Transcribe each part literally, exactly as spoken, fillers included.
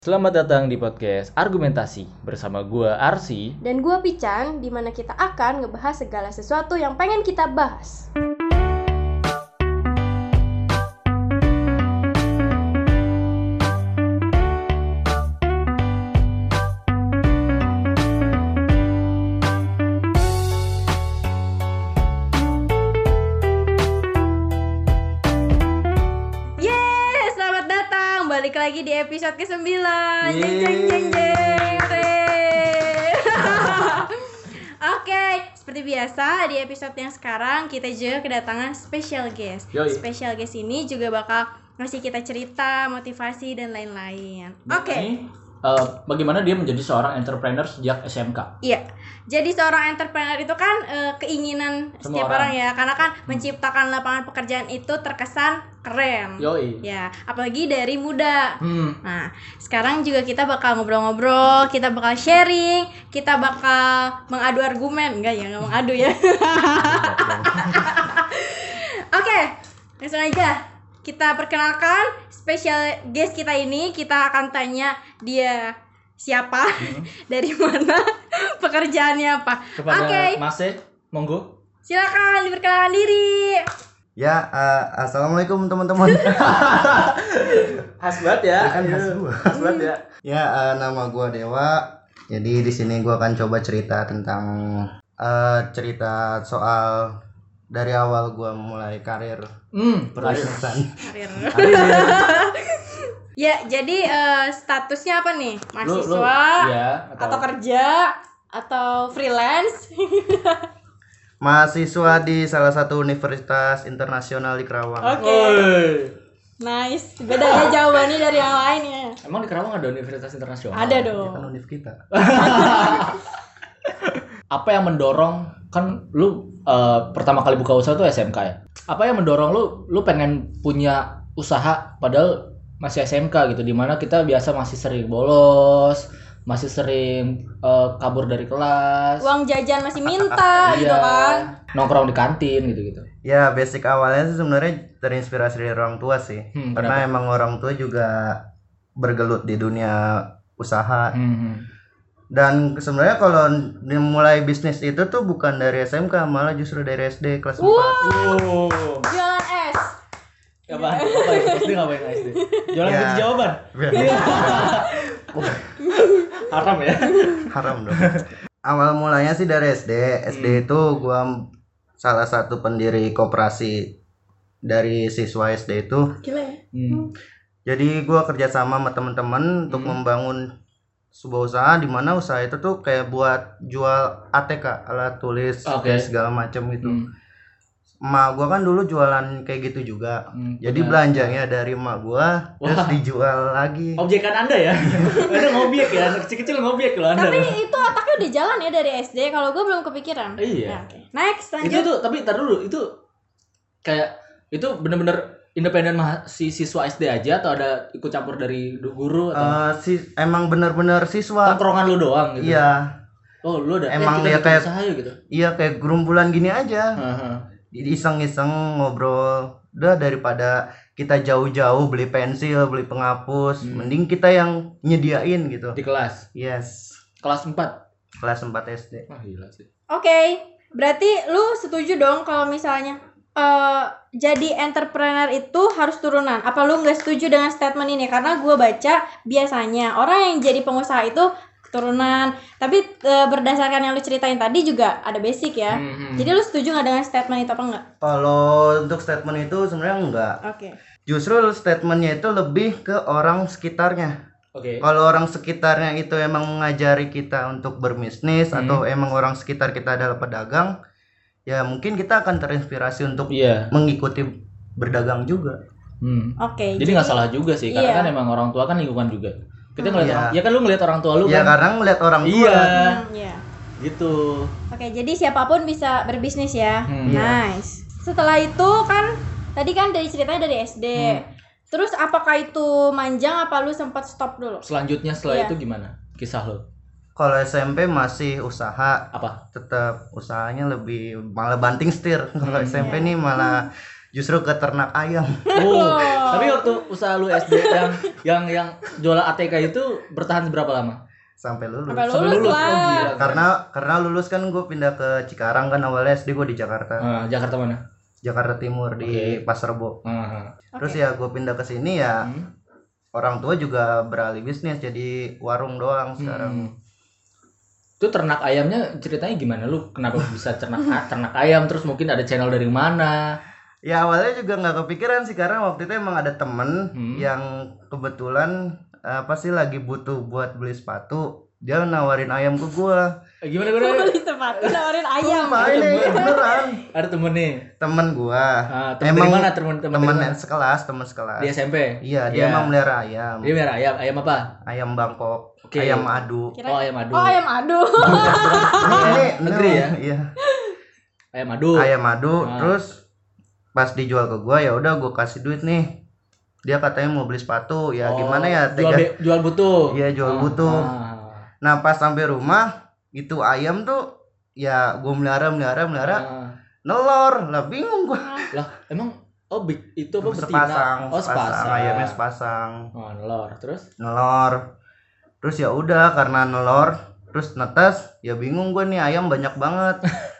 Selamat datang di podcast Argumentasi bersama gua Arsi dan gua Pican, di mana kita akan ngebahas segala sesuatu yang pengen kita bahas. Balik lagi di episode kesembilan. Jeng jeng jeng jeng. Oke, seperti biasa di episode yang sekarang kita juga kedatangan special guest. Yoi. Special guest ini juga bakal ngasih kita cerita, motivasi dan lain-lain. Oke. Okay. Uh, bagaimana dia menjadi seorang entrepreneur sejak S M K? Iya. Jadi seorang entrepreneur itu kan uh, keinginan Semua setiap orang. orang ya, karena kan hmm. menciptakan lapangan pekerjaan itu terkesan keren. Yoi. Ya, apalagi dari muda. Hmm. Nah, sekarang juga kita bakal ngobrol-ngobrol, kita bakal sharing, kita bakal mengadu argumen, enggak ya, enggak mengadu ya. Oke, langsung aja. Kita perkenalkan special guest kita ini. Kita akan tanya dia siapa, hmm. dari mana, pekerjaannya apa. Kepada Oke. Mas E, monggo. Silakan diperkenalkan diri. Ya, uh, assalamualaikum teman-teman. Khas banget ya. Kan khas gua. Khas banget ya. Ya, uh, nama gua Dewa. Jadi di sini gua akan coba cerita tentang uh, cerita soal dari awal gua mulai karir Hmm, perbisnisan. Karir. Ya, jadi uh, statusnya apa nih? Mahasiswa, Lu- lu- ya, atau... atau- kerja, atau freelance? Mahasiswa di salah satu universitas internasional di Kerawang. Oke. Okay. Nice. Beda ya jawabannya dari yang lain ya. Emang di Kerawang ada universitas internasional? Ada Ya dong. kan univ kita. Apa yang mendorong, kan lu uh, pertama kali buka usaha tuh S M K ya? Apa yang mendorong lu lu pengen punya usaha padahal masih S M K gitu, dimana kita biasa masih sering bolos, masih sering uh, kabur dari kelas, Uang jajan masih minta gitu kan. nongkrong di kantin gitu-gitu. Ya, basic awalnya sih sebenarnya terinspirasi dari orang tua sih. Hmm, Karena kenapa? emang orang tua juga bergelut di dunia usaha. Hmm. Dan sebenarnya kalau mulai bisnis itu tuh bukan dari S M K, malah justru dari S D kelas empat. Oh. Jualan es. Apa? Ngapain? S D ngapain S D? Jualan Ya. kunci jawaban. Haram ya? Haram dong. Awal mulanya sih dari S D. S D Hmm. itu gua salah satu pendiri koperasi dari siswa S D itu. Gila ya. Hmm. Jadi gua kerjasama sama teman-teman untuk Hmm. membangun sebuah usaha, di mana usaha itu tuh kayak buat jual A T K, alat tulis, Oke. kayak segala macam gitu. Hmm. Emak gua kan dulu jualan kayak gitu juga. Hmm, Jadi benar. belanjanya dari emak gua terus Wah. dijual lagi. Objekan Anda ya? Anda ngobyek ya, anak kecil-kecil ngobyek loh Anda. Tapi itu otaknya udah jalan ya dari S D. Kalau gue belum kepikiran. Iya. Ya, oke. Next, lanjut. Itu tuh, tapi tar dulu, itu kayak itu bener-bener independen mahasiswa S D aja atau ada ikut campur dari guru atau Eh, si emang bener-bener siswa. tongkrongan lu doang gitu? Iya, Oh, lu ada Emang eh, kita dia bikin kayak- usaha yuk gitu. iya kayak gerumbulan gini aja. Heeh. Iseng-iseng ngobrol. Udah daripada kita jauh-jauh beli pensil, beli penghapus, Hmm. mending kita yang nyediain gitu. Di kelas. Yes, Kelas empat. kelas empat S D. Wah, gila sih. Oke, berarti lu setuju dong kalau misalnya eh jadi entrepreneur itu harus turunan. Apa lu nggak setuju dengan statement ini? Karena gue baca biasanya orang yang jadi pengusaha itu keturunan. Tapi eh, berdasarkan yang lu ceritain tadi juga ada basic ya. Hmm. Jadi lu setuju nggak dengan statement itu apa enggak? Kalau untuk statement itu sebenarnya enggak. Oke. Justru statementnya itu lebih ke orang sekitarnya. Oke. Kalau orang sekitarnya itu emang mengajari kita untuk berbisnis, Hmm. atau emang orang sekitar kita adalah pedagang, ya mungkin kita akan terinspirasi untuk Iya. mengikuti berdagang juga. Hmm. Oke. Jadi nggak salah juga sih, karena Iya. kan emang orang tua kan lingkungan juga. Kita Hmm. ngeliat Iya. orang, ya kan lu ngeliat orang tua lu Ya kan. karena ngeliat orang tua. Iya. Hmm, iya. Gitu. Oke, jadi siapapun bisa berbisnis ya. Hmm. Nice. Setelah itu kan tadi kan dari ceritanya dari S D. Hmm. Terus apakah itu manjang apa lu sempat stop dulu? Selanjutnya setelah Iya. itu gimana? Kisah lu. Kalau S M P masih usaha, Apa? tetap usahanya lebih malah banting setir. Kalau Hmm. S M P Iya. nih malah justru ke ternak ayam. Oh, tapi waktu usaha lu S D yang yang yang jualan A T K itu bertahan berapa lama? Sampai lulus. Sampai Sampai lulus lulus. lah. Oh, gila. Karena karena lulus kan gue pindah ke Cikarang kan, awalnya S D gue di Jakarta. Ah, Jakarta mana? Jakarta Timur di Oke. Pasar Rebo. Ah, Terus Oke. ya gue pindah ke sini ya, hmm. orang tua juga beralih bisnis jadi warung doang sekarang. Hmm. Itu ternak ayamnya ceritanya gimana? Lu kenapa bisa ternak ternak ayam, terus mungkin ada channel dari mana? Ya awalnya juga nggak kepikiran sih, karena waktu itu emang ada temen Hmm. yang kebetulan apa sih lagi butuh buat beli sepatu, dia nawarin ayam ke gua. Eh, gimana gimana? Beli sepatu nawarin ayam. Sumpah, ini beneran Ada temen nih. temen gua. Ah, temen Emang dari mana temen temen temen dari mana? sekelas, temen sekelas. Di S M P. Iya, dia Iya. emang melihara ayam. Dia merah ayam, ayam apa? Ayam Bangkok, Oke. ayam adu. Kira- Oh, ayam adu. Oh, ayam adu. Ini Negeri ya? Iya. Ayam adu. Ayam adu, Ah. terus pas dijual ke gua ya udah gua kasih duit nih. Dia katanya mau beli sepatu, ya Oh, gimana ya? Jual tega- be- jual butuh. Iya, jual Ah, butuh. ah. Nah pas sampai rumah itu ayam tuh ya gue melihara melihara melihara Ah. nelor lah, bingung gue. Lah, emang oh big itu apa betina? Sepasang, Oh, sepasang. ayamnya sepasang Oh, nelor. Terus? nelor. Terus ya udah karena nelor terus netes ya bingung gue nih, ayam banyak banget.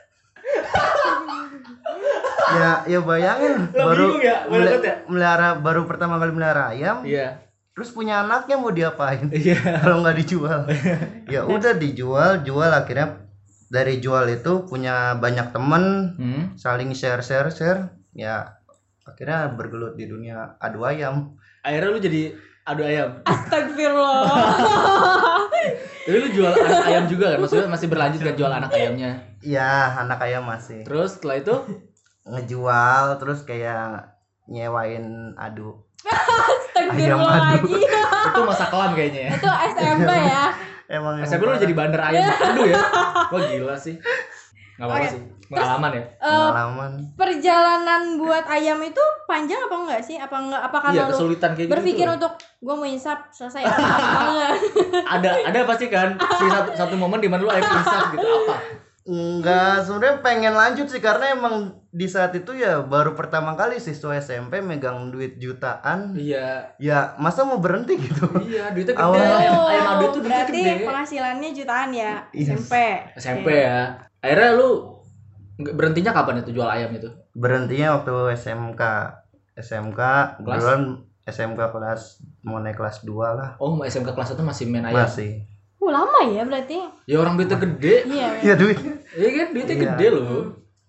ya ya bayangin Lo baru bingung ya? Banyak meli- banget ya? melihara baru pertama kali melihara ayam, Iya. terus punya anaknya mau diapain Iya. kalau nggak dijual. Ya udah dijual, jual akhirnya. Dari jual itu punya banyak temen, Hmm. saling share share share, ya akhirnya bergelut di dunia adu ayam. Akhirnya lu jadi adu ayam. Astagfirullah. Tapi lu jual anak ayam juga kan? Maksudnya masih berlanjut kan jual anak ayamnya. Iya, anak ayam masih Terus setelah itu ngejual, terus kayak nyewain adu. Astagfirullah Ayam adu. lagi. itu masa kelam kayaknya ya. Itu S M P ya. Emang S M P lu jadi bandar ayam adu ya. Wah gila sih. Enggak apa-apa Oke. sih. Pengalaman ya. Eh, pengalaman. perjalanan buat ayam itu panjang apa enggak sih? Apa enggak? Apa karena Iya, lu kesulitan kayak gitu. berpikir tuh. untuk gue mau insaf selesai apa enggak? ada ada pasti kan si satu, satu momen di mana lu ayam insaf gitu apa? Enggak, sebenarnya pengen lanjut sih karena emang di saat itu ya baru pertama kali siswa S M P megang duit jutaan. Iya. Ya, masa mau berhenti gitu? Iya, duitnya gede. Awal- Ayam, ayam adu itu duitnya berarti gede. penghasilannya jutaan ya Yes. S M P. S M P ya. Akhirnya lu nggak- berhentinya kapan itu jual ayam itu? Berhentinya waktu S M K. S M K, Kelas? kebetulan S M K kelas mau naik kelas dua lah. Oh, S M K kelas satu masih main ayam. Masih. Oh, lama ya berarti. Ya orang duitnya gede. Iya. Iya duit. Iya kan duitnya Iya. gede loh.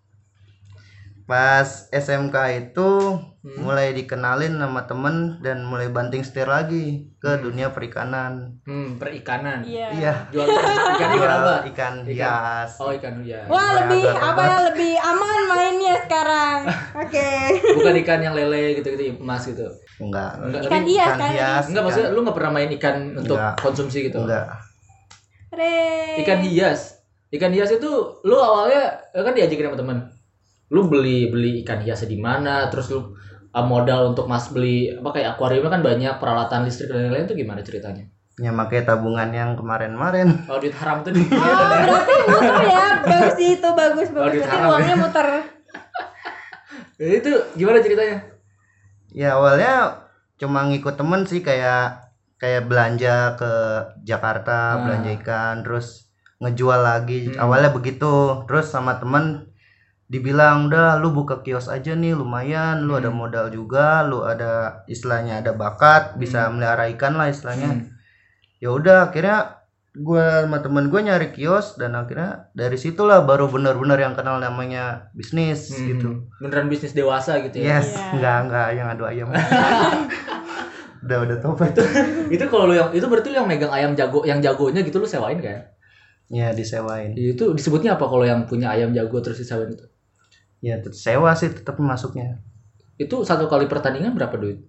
Pas S M K itu Hmm. mulai dikenalin sama temen dan mulai banting setir lagi ke dunia perikanan. Hmm, perikanan. Iya. Iya. Jual ikan, ikan ikan Jual apa? ikan Ikan. hias. Oh, ikan hias. Wah, Mulai lebih agak apa tebal. lebih aman mainnya sekarang. Oke. Bukan ikan yang lele gitu-gitu emas gitu. Enggak. Enggak, Ikan tapi- hias Ikan kan ini. hias. Enggak, maksudnya lu enggak pernah main ikan untuk Enggak. konsumsi gitu. Enggak. Re. Ikan hias. Ikan hias itu lu awalnya kan diajakin sama temen. Lu beli beli ikan hiasnya di mana, terus lu uh, modal untuk mas beli apa kayak akuariumnya kan banyak peralatan listrik dan lain-lain itu gimana ceritanya? Ya pakai tabungan yang kemarin-kemarin. Oh, duit haram tuh di Oh, berarti muter ya. Bagus sih itu, bagus Oh, bagus. duit Berarti haram uangnya muter. itu gimana ceritanya? Ya awalnya cuma ngikut temen sih, kayak kayak belanja ke Jakarta, Ah. belanja ikan, terus ngejual lagi. Hmm. Awalnya begitu. Terus sama temen dibilang udah lu buka kios aja nih, lumayan, lu Hmm. ada modal juga, lu ada istilahnya ada bakat, bisa melihara ikan lah istilahnya. Hmm. Ya udah akhirnya gue sama temen gue nyari kios dan akhirnya dari situlah baru benar-benar yang kenal namanya bisnis Hmm. gitu. Beneran bisnis dewasa gitu ya. Yes, Iya. enggak enggak yang adu ayam. udah udah tobat. Itu kalau lu yang itu berarti lu yang megang ayam jago, yang jagonya gitu lu sewain kan? Ya disewain. Itu disebutnya apa kalau yang punya ayam jago terus disewain itu? Ya tet- sewa sih tetap masuknya. Itu satu kali pertandingan berapa duit?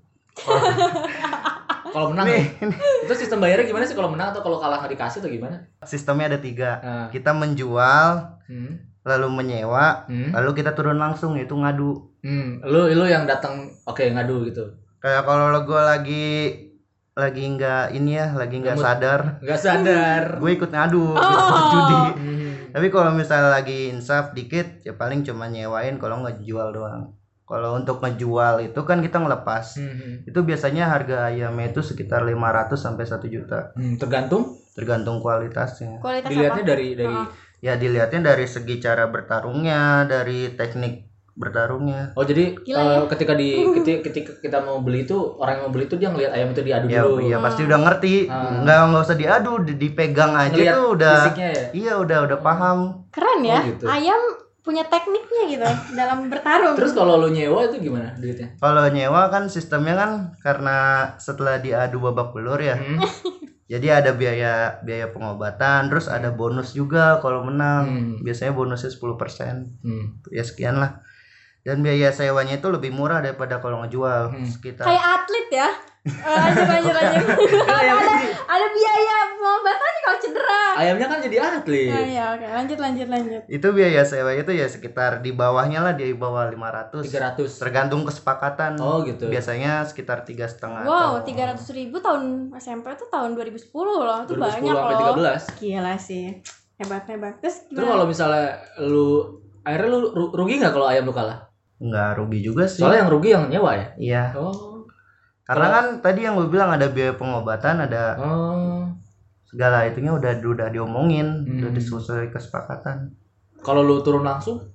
Kalau menang Nih, ya? Itu sistem bayarnya gimana sih kalau menang atau kalau kalah nggak dikasih atau gimana? sistemnya ada tiga. Nah. Kita menjual, Hmm. lalu menyewa, Hmm. lalu kita turun langsung itu ngadu. Hmm. Lu lu yang datang oke ngadu gitu. Kayak kalau gue lagi lagi nggak ini ya, lagi nggak Nggak mood. sadar, Nggak sadar. gue ikut ngadu, Oh. ikut judi. Hmm. Tapi kalau misalnya lagi insaf dikit, ya paling cuma nyewain, kalau nggak jual doang. Kalau untuk ngejual itu kan kita ngelepas. Hmm. Itu biasanya harga ayamnya itu sekitar lima ratus sampai satu juta. Hmm, tergantung Tergantung kualitasnya. Kualitas dilihatnya apa? dari dari Oh. Ya dilihatnya dari segi cara bertarungnya, dari teknik bertarungnya. Oh jadi Gila eh, ya. ketika di ketika, ketika kita mau beli itu orang yang mau beli itu dia ngelihat ayam itu diadu Ya, dulu. iya pasti udah ngerti. Ah. Nggak nggak usah diadu, di- dipegang aja Ngelihat tuh udah. fisiknya ya. Iya udah udah paham. Keren ya. Oh, gitu. Ayam punya tekniknya gitu dalam bertarung. Terus kalau lu nyewa itu gimana duitnya? Kalau nyewa kan sistemnya kan karena setelah diadu babak belur ya. Hmm. Jadi ada biaya biaya pengobatan, terus ada bonus juga kalau menang. Hmm. Biasanya bonusnya sepuluh persen. Hmm. Ya sekian lah. Dan biaya sewanya itu lebih murah daripada kalau ngejual. Hmm. Sekitar Kayak atlet ya. Eh, lanjut lanjut lanjut. ada ada biaya pengobatannya kalau cedera. Ayamnya kan jadi atlet. Nah, ya oke, lanjut lanjut lanjut. itu biaya sewa itu ya sekitar di bawahnya lah, di bawah lima ratus. tiga ratus. Tergantung kesepakatan. Oh gitu. Biasanya sekitar tiga setengah. Wow, tiga ratus ribu tahun S M P itu tahun dua ribu sepuluh loh, itu dua ribu banyak sepuluh sampai loh. tiga belas. Gila sih, hebat hebat. Terus Terus gimana? kalau misalnya lu akhirnya lu ru- rugi nggak kalau ayam lu kalah? Nggak rugi juga sih. Soalnya yang rugi yang nyewa ya. Iya. Oh. Karena Kalau- kan tadi yang gue bilang ada biaya pengobatan, ada Oh. segala itunya udah udah diomongin, Hmm. udah disesuai kesepakatan. Kalau lu turun langsung,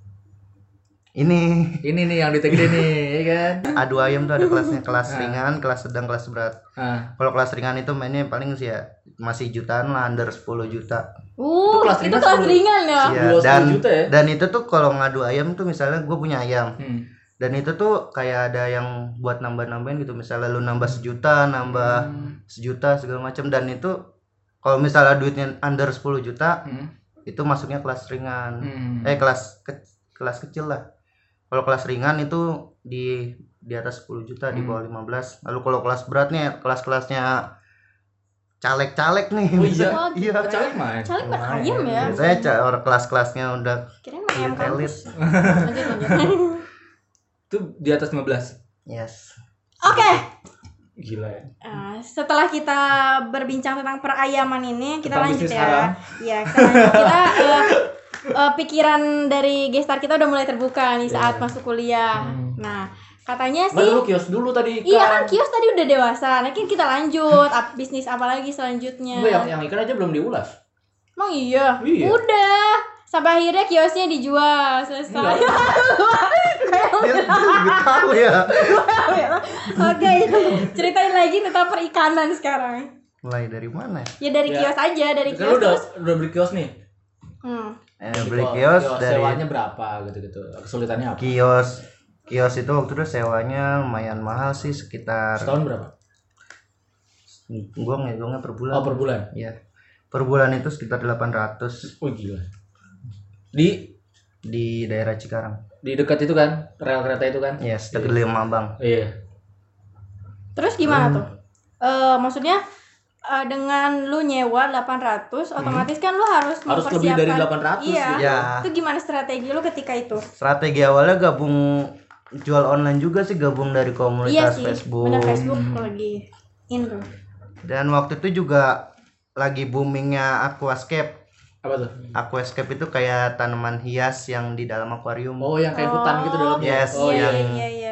Ini ini nih yang ditegede nih, ya kan? adu ayam tuh ada kelasnya, kelas Ah. ringan, kelas sedang, kelas berat. Nah, Kalau kelas ringan itu mainnya paling sih ya masih jutaan lah, under sepuluh juta. Uh, Itu kelas itu ringan kelas sepuluh. ringan ya. Iya, dua puluh dan juta ya? dan itu tuh kalau ngadu ayam tuh misalnya gue punya ayam. hmm. Dan itu tuh kayak ada yang buat nambah-nambahin gitu. Misalnya lu nambah sejuta, nambah Hmm. sejuta segala macam, dan itu kalau misalnya duitnya under sepuluh juta Hmm. itu masuknya kelas ringan. Hmm. Eh kelas ke- kelas kecil lah. Kalau kelas ringan itu di di atas sepuluh juta, di Hmm. bawah lima belas. Lalu kalau kelas beratnya, kelas-kelasnya caleg-caleg nih. Oh, bisa- iya? iya. Oh, caleg main. Caleg main ayam ya. Biasanya ca- orang kelas-kelasnya udah Kirain main ayam elit. kampus. Lanjut lanjut. Itu di atas lima belas. Yes. Oke. Gila ya. Uh, setelah kita berbincang tentang perayaman ini, kita Tentang lanjut bisnis ya. haram. Iya, kita lanjut. Kita uh, uh, pikiran dari Gestar kita udah mulai terbuka nih saat Iya. masuk kuliah. Hmm. Nah, katanya Mbak sih dulu kios dulu tadi ikan. iya kan kios tadi udah dewasa. Nah, kita lanjut ap, bisnis apa lagi selanjutnya. Enggak, yang, yang ikan aja belum diulas. Emang iya? Iya. Udah. Sampai akhirnya kiosnya dijual. Selesai. Enggak. Dia, dia lebih tahu ya. Oke, ceritain lagi tentang perikanan sekarang. Mulai dari mana? Ya dari Ya. kios aja, dari Kan kios lu udah terus. udah beli kios nih. Hmm. Eh, Di beli ko- kios dari sewanya berapa gitu-gitu. Kesulitannya apa? kios. Kios itu waktu itu sewanya lumayan mahal sih, sekitar Setahun berapa? gua ngitungnya per bulan. Oh, per bulan. Iya. Per bulan itu sekitar delapan ratus Oh, gila. Di di daerah Cikarang. di dekat itu kan, rel kereta itu kan? Yes, dekat Lembang. Iya. Terus gimana tuh? Eh maksudnya eh, dengan lu nyewa delapan ratus, otomatis kan lu harus Harus lebih dari delapan ratus. Iya. Ya. Itu gimana strategi lu ketika itu? Strategi awalnya gabung jual online juga sih, gabung dari Iya komunitas sih. Facebook. Bener Facebook Hmm. lagi in tuh. Dan waktu itu juga lagi boomingnya aquascape. Apa tuh? Aquascape itu kayak tanaman hias yang di dalam akuarium. Oh, yang kayak hutan gitu dalamnya. Yes, Oh, iya, iya. iya, iya.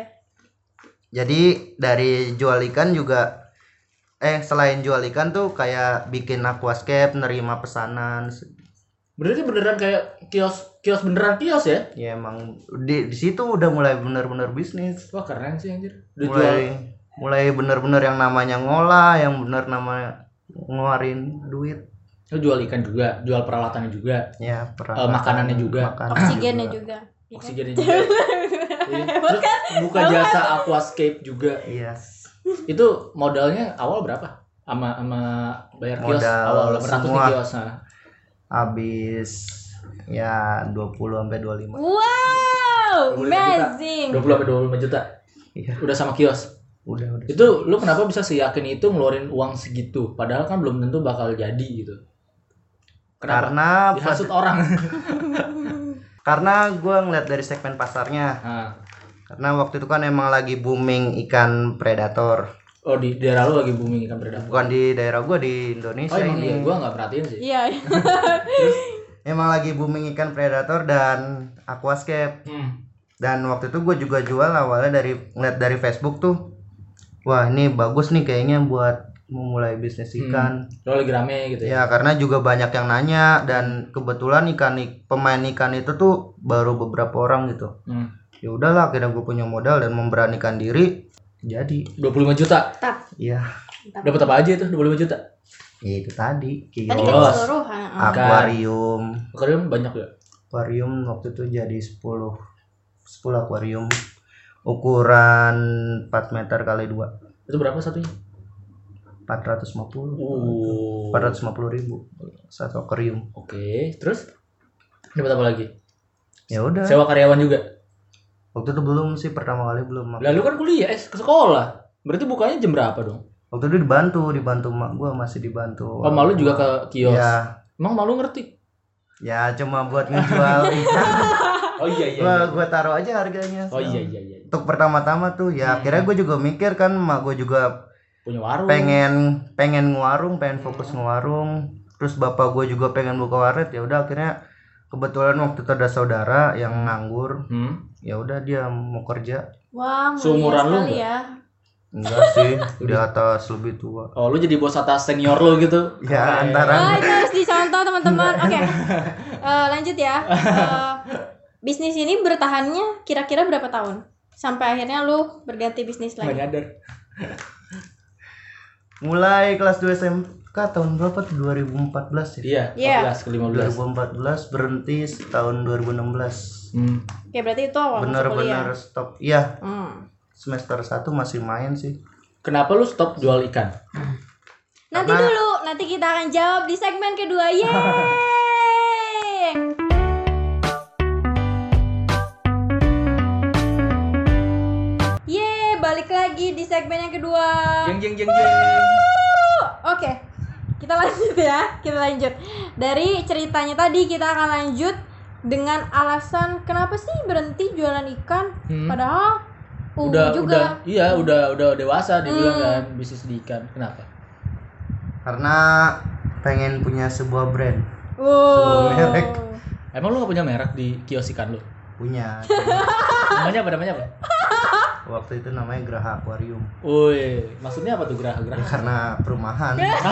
Jadi dari jual ikan juga eh selain jual ikan tuh kayak bikin aquascape, nerima pesanan. Berarti beneran kayak kios kios beneran kios ya? Ya emang di di situ udah mulai bener-bener bisnis. Wah, keren sih anjir. Udah jual. Mulai mulai bener-bener yang namanya ngolah, yang bener namanya ngeluarin duit. Lu jual ikan juga, jual peralatannya juga, Ya, Eh, makanannya juga. Oksigennya juga. Iya kan? oksigennya juga. Iya. Terus buka jasa aquascape juga. Iya. Itu modalnya awal berapa? Sama sama bayar kios Modal awal delapan ratus nih semua. kios. Nah. Habis ya dua puluh sampai dua puluh lima. Wow, dua puluh lima juta. amazing. dua puluh sampai dua puluh lima juta. Iya, Udah sama kios. udah udah. Itu lu kenapa bisa seyakin itu ngeluarin uang segitu? Padahal kan belum tentu bakal jadi gitu. Kenapa? Karena Dihasut orang. karena gue ngeliat dari segmen pasarnya. Nah. Karena waktu itu kan emang lagi booming ikan predator. Oh, di daerah lu lagi booming ikan predator. Bukan di daerah gue, di Indonesia Oh, emang ini. iya, gua nggak perhatiin sih. Iya. Emang lagi booming ikan predator dan aquascape. Hmm. Dan waktu itu gue juga jual awalnya dari ngeliat dari Facebook tuh, wah ini bagus nih kayaknya buat memulai bisnis ikan. Hmm. Lo lagi rame gitu ya? Ya karena juga banyak yang nanya dan kebetulan ikan pemain ikan itu tuh baru beberapa orang gitu. Hmm. Ya udahlah, akhirnya gue punya modal dan memberanikan diri, jadi dua puluh lima juta. Tap. Iya. Dapat apa aja itu dua puluh lima juta? Ya itu tadi, Tadi kan Kios. keseluruhan. akuarium. Akuarium banyak ya? Akuarium waktu itu jadi sepuluh sepuluh akuarium ukuran empat meter kali dua. Itu berapa satunya? empat ratus lima puluh. Uh. empat ratus lima puluh ribu satu akuarium. Oke, terus dapat apa lagi? Ya udah. Sewa karyawan juga. Waktu itu belum sih, pertama kali belum. Lalu kan kuliah, eh ke sekolah. Berarti bukanya jam berapa dong? Waktu itu dibantu, dibantu mak gua, masih dibantu. Oh, malu juga ke kios. Ya, Emang malu ngerti? ya cuma buat ngejual ikan. Oh iya iya. Gua iya. gua taruh aja harganya. Oh iya iya iya. Untuk pertama-tama tuh ya Hmm. akhirnya gue juga mikir kan, mak gue juga Punya warung. pengen pengen ngewarung, pengen fokus ngewarung. Terus bapak gue juga pengen buka warnet. Ya udah akhirnya kebetulan waktu itu ada saudara yang nganggur. Hmm. Ya udah dia mau kerja. Wah, mulia Seumuran lu sekali nggak? ya. Enggak sih, di atas lebih tua. Oh, lu jadi bos atas senior lu gitu? Ya Keren. antara Wah, itu harus dicontoh teman-teman. Oke. Eh, lanjut ya. Eh, bisnis ini bertahannya kira-kira berapa tahun? Sampai akhirnya lu berganti bisnis Nggak lagi. nyadar. mulai kelas dua S M K tahun berapa tuh? dua ribu empat belas ya? Iya, Iya. empat belas ke lima belas. dua ribu empat belas berhenti tahun dua ribu enam belas. Hmm. Oke, berarti itu awal masuk kuliah. Bener-bener stop. Iya, Hmm. semester satu masih main sih. Kenapa lu stop jual ikan? Nanti Karena- dulu, nanti kita akan jawab di segmen kedua. Yeay! Yeay, balik lagi di segmen yang kedua. Jeng jeng jeng jeng. Oke, kita lanjut ya, kita lanjut. Dari ceritanya tadi kita akan lanjut dengan alasan kenapa sih berhenti jualan ikan, Hmm. padahal uh, Udah juga. udah iya udah udah dewasa dibilang Hmm. kan bisnis di ikan. Kenapa? Karena pengen punya sebuah brand. Wow. Sebuah merek. Emang lu gak punya merek di kios ikan lu? Punya. Namanya apa namanya apa? Waktu itu namanya Graha Aquarium. Woi, maksudnya apa tuh gerah-gerah? Karena perumahan.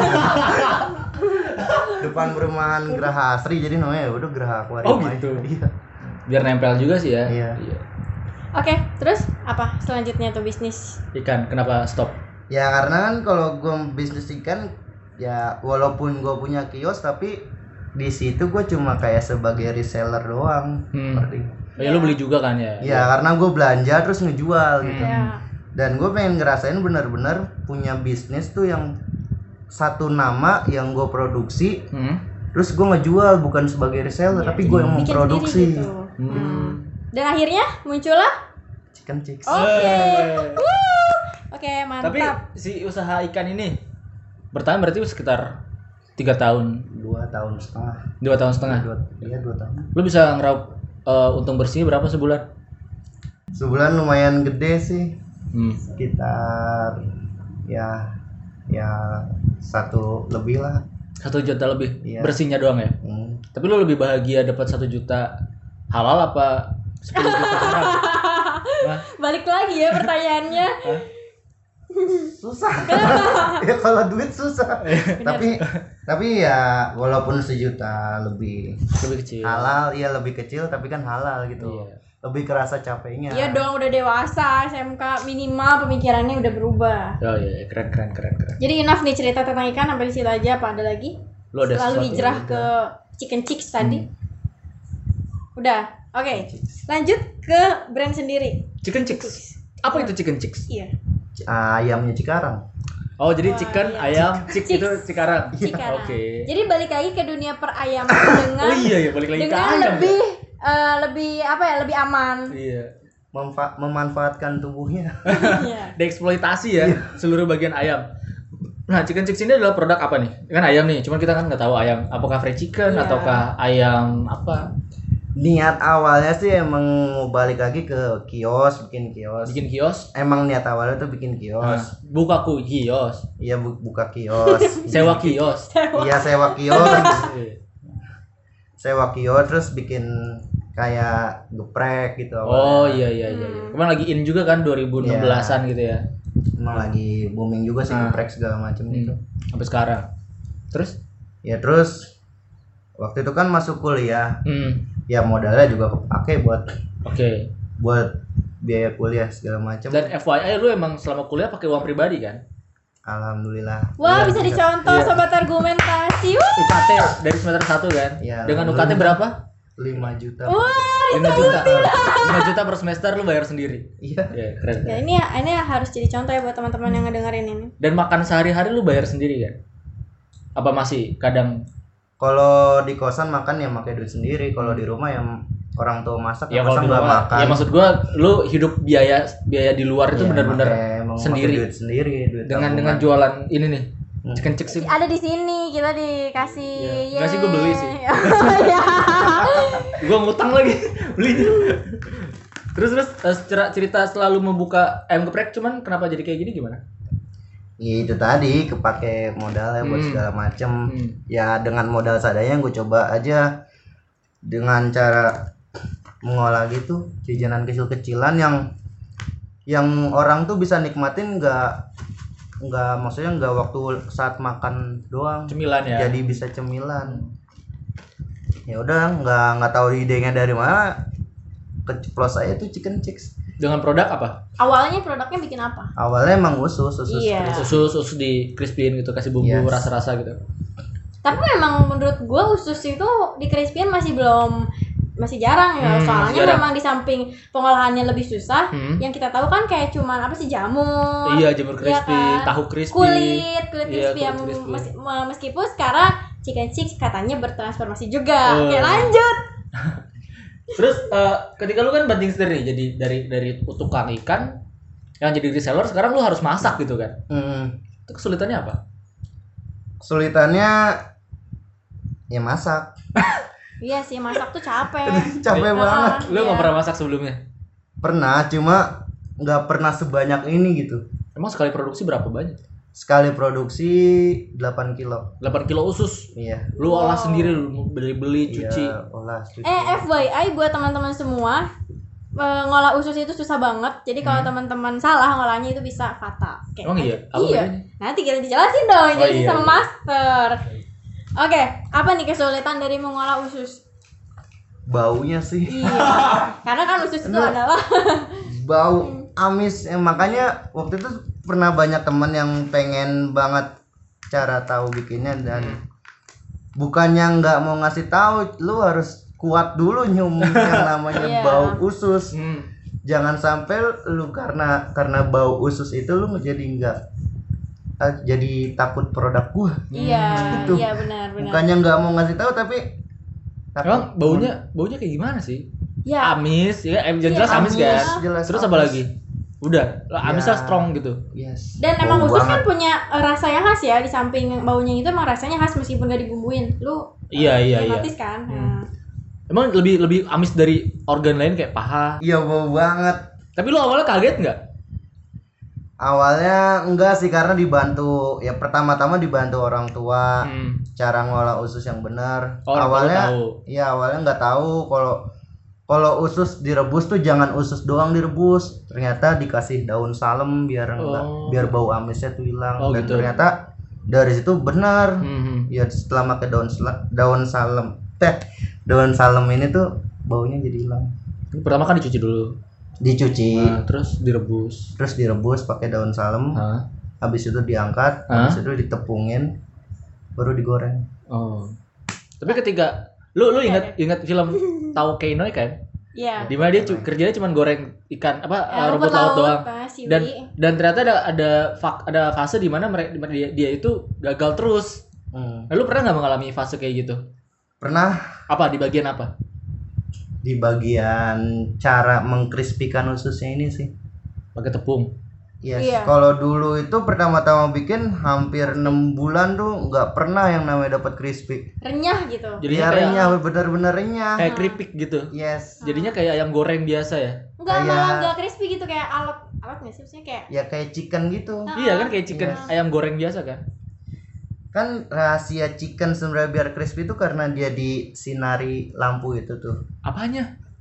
Depan perumahan Graha Asri, jadi namanya ya udah Graha Aquarium. Oh, aja. gitu. Iya. Biar nempel juga sih ya. Iya. Oke, terus apa selanjutnya tuh bisnis? Ikan, kenapa stop? Ya karena kan kalau gue bisnis ikan, ya walaupun gue punya kios tapi di situ gue cuma kayak sebagai reseller doang. Hmm. Ngerti? Oh, ya lu beli juga kan ya? Ya karena gue belanja terus ngejual gitu. Ya. Dan gue pengen ngerasain bener-bener punya bisnis tuh yang satu nama yang gue produksi, Hmm. terus gue ngejual bukan sebagai reseller, Ya, tapi gue yang bikin memproduksi. sendiri gitu. Hmm. Hmm. Dan akhirnya muncullah. Chicken chicks. Oke. Eh. Oke, mantap. Tapi si usaha ikan ini bertahan berarti sekitar tiga tahun, Dua tahun setengah. dua tahun setengah. Dua, iya dua tahun. Lu bisa ngeraup eh, untung bersih berapa sebulan? Sebulan lumayan gede sih, Hmm. sekitar ya ya satu lebih lah. Satu juta lebih Iya. bersihnya doang ya? Hmm. Tapi lu lebih bahagia dapat satu juta halal apa sepuluh juta haram? Hah? Balik lagi ya pertanyaannya. Hah? Susah. Ya kalau duit susah. tapi tapi ya walaupun sejuta lebih Lebih kecil. halal, iya lebih kecil tapi kan halal gitu. Iya. Lebih kerasa capeknya. Iya dong, udah dewasa, S M K minimal pemikirannya udah berubah. Oh iya, keren keren keren keren. Jadi enough nih cerita tentang ikan sampai di situ aja, apa ada lagi? Lu ada Lalu sesuatu? hijrah ke chicken chicks tadi. Udah. Oke. Lanjut ke brand sendiri. Chicken chicks. Apa itu chicken chicks? Iya. Ayamnya Cikarang. Oh, jadi Wah, chicken, iya. ayam, chick Chicks. itu Cikarang. Cikarang. Oke. Jadi balik lagi ke dunia perayaman dengan Oh iya ya, balik lagi ke dengan ayam. lebih eh, lebih apa ya? Lebih aman. Iya. Memfa- memanfaatkan tubuhnya. Iya. Dieksploitasi ya seluruh bagian ayam. Nah, chicken chicks ini adalah produk apa nih? Kan ayam nih, cuman kita kan nggak tahu ayam apakah fried chicken Iya. ataukah ayam apa? Niat awalnya sih emang mau balik lagi ke kios, bikin kios. Bikin kios. Emang niat awalnya tuh bikin kios. Nah, buka ku kios, Iya bu- buka kios. sewa kios. Iya sewa kios. Iya. Sewa kios terus bikin kayak geprek gitu Oh awalnya. iya iya iya. Hmm. Kemarin lagi in juga kan dua ribu enam belasan gitu ya. Emang lagi booming juga sih Ah. geprek segala macam gitu. Sampai sekarang. Terus? Ya terus waktu itu kan masuk kuliah, Hmm. ya modalnya juga kepake buat Oke. buat biaya kuliah segala macam. Dan F Y I lu emang selama kuliah pakai uang pribadi kan? Alhamdulillah. Wah, Iya, bisa bisa. dicontoh Iya. sobat argumentasi. Wuh. U K T dari semester satu kan? Iya, Dengan U K T alhamdulillah. berapa? lima juta. Wah, lima juta. lima juta per semester lu bayar sendiri. Iya. Iya, keren. ya ini ini harus jadi contoh ya buat teman-teman yang ngedengerin ini. Dan makan sehari-hari lu bayar sendiri kan? Apa masih kadang Kalau di kosan makan ya pakai duit sendiri, kalau di rumah yang orang tua masak ya kalau masa di nggak rumah? makan. Ya maksud gua lu hidup biaya biaya di luar itu Iya, benar-benar pakai- emang pakai sendiri. duit sendiri, duit dengan tabungan. dengan jualan ini nih. Hmm. Chicken chicks ini. Ada di sini kita dikasih. Iya. Nggak sih, gua beli sih. Iya. Gua ngutang lagi belinya. Terus terus eh, cerita cerita selalu membuka ayam geprek cuman kenapa jadi kayak gini gimana? Ya itu tadi kepake modalnya buat Hmm. segala macem. Hmm. Ya dengan modal seadanya gue coba aja dengan cara mengolah gitu jajanan kecil-kecilan yang yang orang tuh bisa nikmatin nggak nggak maksudnya nggak waktu saat makan doang, Cemilan ya. jadi bisa cemilan. Ya udah nggak nggak tahu idenya dari mana, keceplos aja tuh chicken chicks. Dengan produk apa? Awalnya produknya bikin apa? Awalnya emang usus usus Iya. crispy. Usus usus di crispyin gitu, kasih bumbu Yes. rasa-rasa gitu. Tapi memang menurut gue usus itu di crispy masih belum masih jarang ya. Hmm, Soalnya jarang. memang di samping pengolahannya lebih susah, Hmm. yang kita tahu kan kayak cuman apa sih jamur. Iya, jamur Iya crispy, kan? tahu crispy. Kulit, kulit Iya, crispy kulit yang crispy. mes- me- meskipun sekarang chicken chicks katanya bertransformasi juga. Oh. Oke, lanjut. Terus eh, ketika lu kan banting setir nih, jadi dari dari tukang ikan yang jadi reseller, sekarang lu harus masak gitu kan? Hmm. Itu kesulitannya apa? Kesulitannya ya masak. Iya sih, masak tuh capek. Capek Ah, banget. Lu nggak iya. pernah masak sebelumnya? Pernah, cuma nggak pernah sebanyak ini gitu. Emang sekali produksi berapa banyak? Sekali produksi delapan kilo. delapan kilo usus. Iya. Lu olah Wow. sendiri, lu beli-beli, cuci. Iya, olah cuci. Eh, F Y I buat teman-teman semua, eh, ngolah usus itu susah banget. Jadi kalau Hmm. teman-teman salah ngolahnya itu bisa fatal. Oke, Emang iya? Apa iya. bedanya? Nanti kita dijelasin dong, Oh, jadi iya, sama iya. master. Oke, apa nih kesulitan dari mengolah usus? Baunya sih. Iya, karena kan usus itu Nah. adalah Bau amis. Eh, makanya waktu itu pernah banyak teman yang pengen banget cara tahu bikinnya dan Hmm. bukannya nggak mau ngasih tahu, lu harus kuat dulu nyium yang namanya Iya. bau usus. Hmm. Jangan sampai lu karena karena bau usus itu lu jadi nggak ah, jadi takut produk gua. iya, Gitu. iya benar benar. Bukannya nggak mau ngasih tahu tapi takut. Emang baunya baunya kayak gimana sih? Ya, Amis, ya, em- yang Iya, jelas amis, amis. kan. Jelas Terus apa amis. lagi? Udah, lah, amisnya Ya. strong gitu. Yes. dan emang Bau usus banget. kan punya eh, rasa yang khas ya, di samping baunya itu emang rasanya khas meskipun gak dibumbuin. Lu Iya, eh, iya, iya. notice kan? Hmm. Nah. Emang lebih lebih amis dari organ lain kayak paha. Iya bau banget. Tapi lu awalnya kaget nggak? Awalnya enggak sih karena dibantu ya pertama-tama dibantu orang tua Hmm. cara ngolah usus yang benar. Oh, orang tua awalnya tahu. iya awalnya nggak tahu kalau kalau usus direbus tuh jangan usus doang direbus. Ternyata dikasih daun salem biar enggak Oh. biar bau amisnya tuh hilang. Oh, Dan gitu. ternyata dari situ benar. Hmm. Ya setelah pakai daun sela- daun salem teh daun salem ini tuh baunya jadi hilang. Pertama kan dicuci dulu. Dicuci Nah, terus direbus. terus direbus pakai daun salem. Hah? Habis itu diangkat, Hah? habis itu ditepungin, baru digoreng. Oh. Tapi ketika lu lu ingat ingat film Tao Kenoi kan? Iya. Di mana dia cu- kerjanya cuma goreng ikan apa Eh, eh, rumput laut doang. eh, siwi. Dan dan ternyata ada ada fak, ada fase di mana mereka dia, dia itu gagal terus. Hmm. Lalu pernah nggak mengalami fase kayak gitu? Pernah Apa di bagian apa? di bagian cara mengkrispikan ususnya ini sih. Pakai tepung. Yes. Iya. Kalau dulu itu pertama-tama bikin hampir enam bulan tuh nggak pernah yang namanya dapat crispy. renyah gitu. Jadinya Ya, kayak renyah, bener-bener renyah. kayak keripik gitu. Yes. Jadinya kayak ayam goreng biasa ya. Enggak, Kayak- malah enggak crispy gitu kayak alat alat nggak sih maksudnya kayak Ya kayak chicken gitu. Ah, Iya kan kayak chicken Yes. ayam goreng biasa kan. Kan rahasia chicken sebenarnya biar crispy itu karena dia disinari lampu itu tuh. Apanya?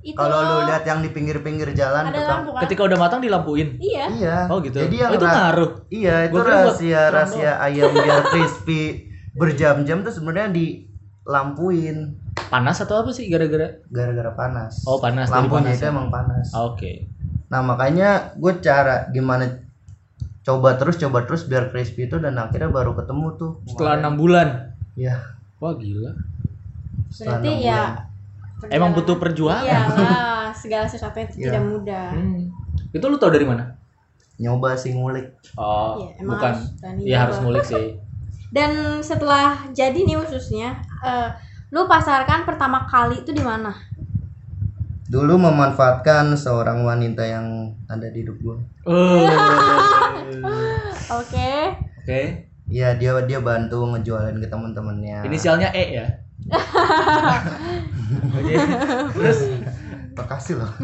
itu Kalau lu loh. lihat yang di pinggir-pinggir jalan Ada tukang- lampu kan? Ketika udah matang dilampuin. Iya. Iya. Oh gitu. Jadi yang Oh, itu ra- ngaruh. Iya, itu Gua kira buat rahasia terang rahasia ayam biar crispy berjam-jam tuh sebenarnya dilampuin Panas atau apa sih gara-gara? gara-gara panas. Oh, panas, dari Lampunya panas itu ya? emang panas. Ah, Oke. Nah, makanya gue cara gimana coba terus coba terus biar crispy itu dan akhirnya baru ketemu tuh. Setelah enam bulan. Iya. Wah gila. Setelah Berarti enam ya bulan. Emang butuh perjuangan. Iyalah, segala sesuatu itu Iya. tidak mudah. Hmm. Itu lu tau dari mana? Nyoba sih ngulik. Oh, Iya, emang bukan. harus berani Iya harus nyoba. ngulik sih. Dan setelah jadi nih khususnya, eh, lu pasarkan pertama kali itu di mana? Dulu memanfaatkan seorang wanita yang ada di hidup gue. Oh. Oke. Oke. Iya, dia dia bantu ngejualin ke teman-temannya. Inisialnya E ya. Oke. Terus Makasih loh.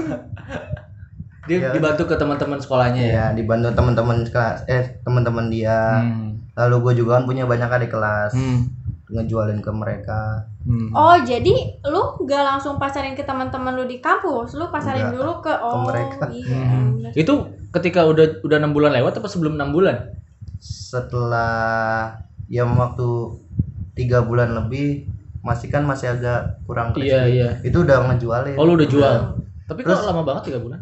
dia Ya. dibantu ke teman-teman sekolahnya ya. Iya, dibantu teman-teman kelas eh teman-teman dia. Hmm. Lalu gue juga kan punya banyak adik kelas. Hmm. Ngejualin ke mereka. Hmm. Oh, jadi lu gak langsung pasarin ke teman-teman lu di kampus, lu pasarin Enggak, dulu ke oh mereka. iya. Hmm. bener. Itu ketika udah udah enam bulan lewat apa sebelum enam bulan? Setelah ya waktu tiga bulan lebih masih kan masih agak kurang crispy. Iya, iya. Itu udah ngejualin. Oh, lu udah jual. Tapi Terus- kok lama banget tiga bulan?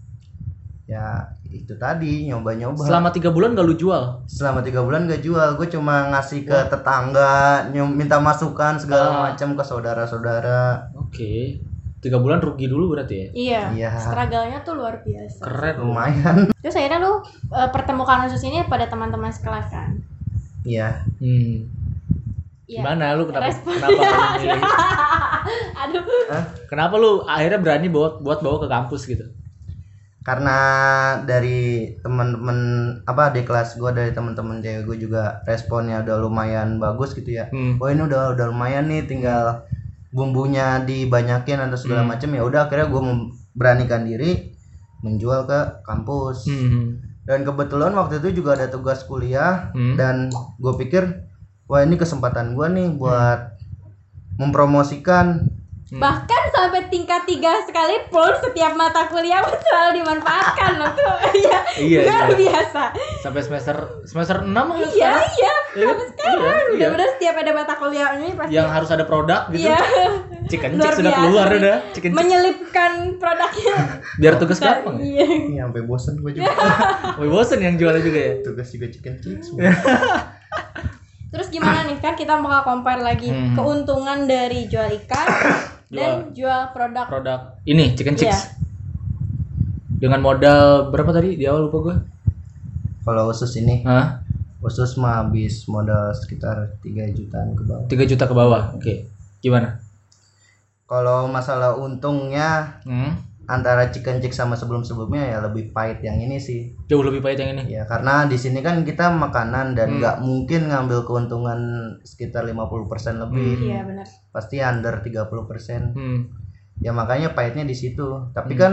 Ya itu tadi nyoba-nyoba. Selama tiga bulan gak lu jual? Selama tiga bulan gak jual, gue cuma ngasih ke tetangga, nyum, minta masukan segala Ah. macam ke saudara-saudara. Oke. Tiga bulan rugi dulu berarti ya? Iya. Iya. Struggle-nya tuh luar biasa. Keren. Lumayan. Terus akhirnya lu eh, pertemukan khusus ini pada teman-teman sekelas kan? Iya. Hmm. Iya. Gimana lu kenapa Respon- kenapa lu milih? Aduh. Kenapa lu akhirnya berani bawa buat bawa ke kampus gitu? Karena dari teman-teman apa di kelas gue, dari teman-teman cewek gue juga responnya udah lumayan bagus gitu ya. Hmm. Oh ini udah udah lumayan nih, tinggal bumbunya dibanyakin atau segala Hmm. macam. Ya udah akhirnya gue memberanikan diri menjual ke kampus. Hmm. Dan kebetulan waktu itu juga ada tugas kuliah. Hmm. Dan gue pikir wah ini kesempatan gue nih buat mempromosikan. Hmm. Bahkan sampai tingkat tiga sekalipun setiap mata kuliah selalu dimanfaatkan loh tuh. Iya. Iya, Luar iya. biasa. Sampai semester semester enam kan Iya, sekarang? iya. Iya, Sampai sekarang iya, iya. benar-benar setiap ada mata kuliah ini pasti Yang harus ada produk gitu. Iya. Chicken Luar chick sudah biasa keluar nih. udah. Chicken chick. Menyelipkan produknya. Biar tugas gampang ya. Iya. Ini sampai bosen gue juga. Wih, bosen yang jualnya juga ya. Tugas juga chicken chicks. Terus gimana nih kan kita bakal compare lagi Hmm. keuntungan dari jual ikan dan jual produk. Produk ini chicken chicks. Iya. Dengan modal berapa tadi di awal lupa gue? Kalau usus ini, Hah? usus mah habis modal sekitar tiga jutaan ke bawah. tiga juta ke bawah. Oke. Gimana? Kalau masalah untungnya Hmm? antara chicken chicks sama sebelum-sebelumnya ya lebih pahit yang ini sih. Jauh lebih pahit yang ini. Ya karena di sini kan kita makanan dan Hmm. nggak mungkin ngambil keuntungan sekitar lima puluh persen lebih. Hmm. Iya benar. Pasti under tiga puluh persen. Hmm. Ya makanya pahitnya di situ. Tapi Hmm. kan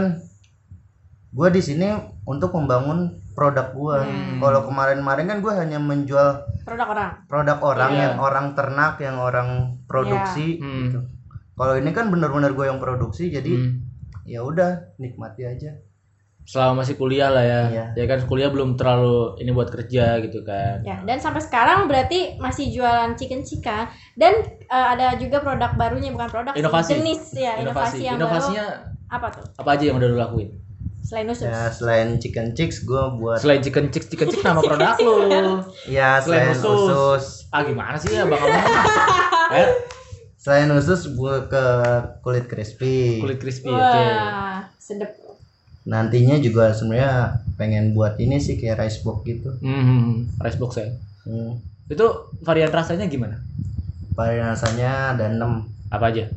gue di sini untuk membangun produk gue. Hmm. Kalau kemarin-kemarin kan gue hanya menjual Produk orang. produk orang Iya. yang orang ternak, yang orang produksi. Hmm. Gitu. Kalau ini kan benar-benar gue yang produksi, jadi Hmm. ya udah nikmati aja. Selama masih kuliah lah ya. Iya. Ya kan kuliah belum terlalu ini buat kerja gitu kan. Ya, dan sampai sekarang berarti masih jualan chicken chicken dan eh, ada juga produk barunya, bukan produk sih, Inovasi. jenis ya inovasi, yang Inovasinya baru. Apa tuh? apa aja yang udah lu lakuin? Selain usus. Ya selain chicken chicks gue buat Selain chicken chicks, chicken chicks nama produk lu. ya Selain selain usus. usus. Ah gimana sih ya bakal eh, Selain usus gue ke kulit crispy. kulit crispy. Oke. Wah, sedep. Nantinya juga sebenarnya pengen buat ini sih kayak rice box gitu. Hmm, rice box ya. Hmm. Itu varian rasanya gimana? Varian rasanya ada enam. Apa aja?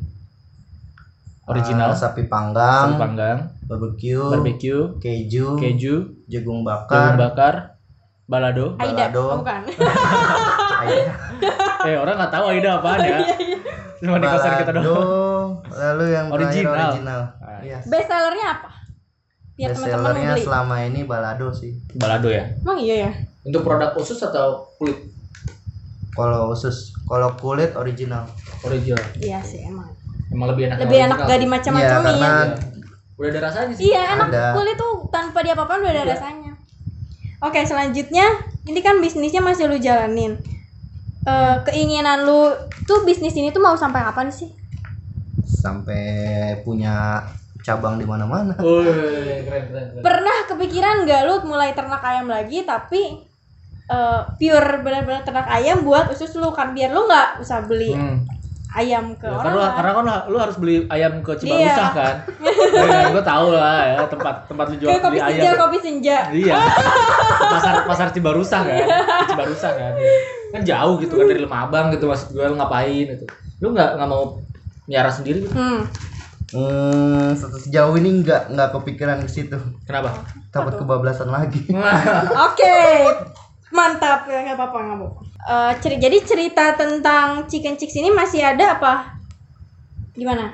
Original, Ah, sapi panggang, sapi panggang, barbecue, barbecue, keju, keju, jagung jagung bakar, bakar, balado. Aida, Balado. oh, bukan. Aida, Eh orang nggak tahu Aida apaan ya. Cuma di kosan kita balado, doang. lalu yang terakhir Original. original. Ah. Iya. Best sellernya apa? Biar Best teman-teman mau sellernya beli. selama ini balado sih. Balado ya. Emang iya ya? Untuk produk khusus atau kulit Kalau usus, kalau kulit original. original? Iya sih emang. Emang lebih enak. Lebih enak gak Iya, dimacam-macamin. karena Udah ada rasanya sih. Iya, enak Ada. kulit tuh tanpa diapa-apain udah ada Iya. rasanya. Oke, selanjutnya ini kan bisnisnya masih lu jalanin. Eh, keinginan lu tuh bisnis ini tuh mau sampai kapan sih? sampai punya cabang di mana-mana. Woi, keren keren. keren. Pernah kepikiran nggak lu mulai ternak ayam lagi tapi eh, pure benar-benar ternak ayam buat usus lu kan biar lu nggak usah beli Hmm. ayam ke Ya, orang karena lain. karena kan lu harus beli ayam ke Cibarusah Iya. kan. Ya, gue tahu lah ya tempat tempat lu jual Kayak kopi beli senja, ayam. kopi senja. Iya. Pasar pasar Cibarusah kan. Cibarusah kan. Kan jauh gitu kan dari Lemabang gitu maksud gue lu ngapain gitu. Lu nggak nggak mau miara sendiri gitu. Hmm. Hmm, sejauh ini nggak nggak kepikiran ke situ. Kenapa? Takut kebablasan lagi. Oke, mantap ya nggak apa-apa nggak apa. Eh, ceri- jadi cerita tentang chicken chicks ini masih ada apa? Gimana?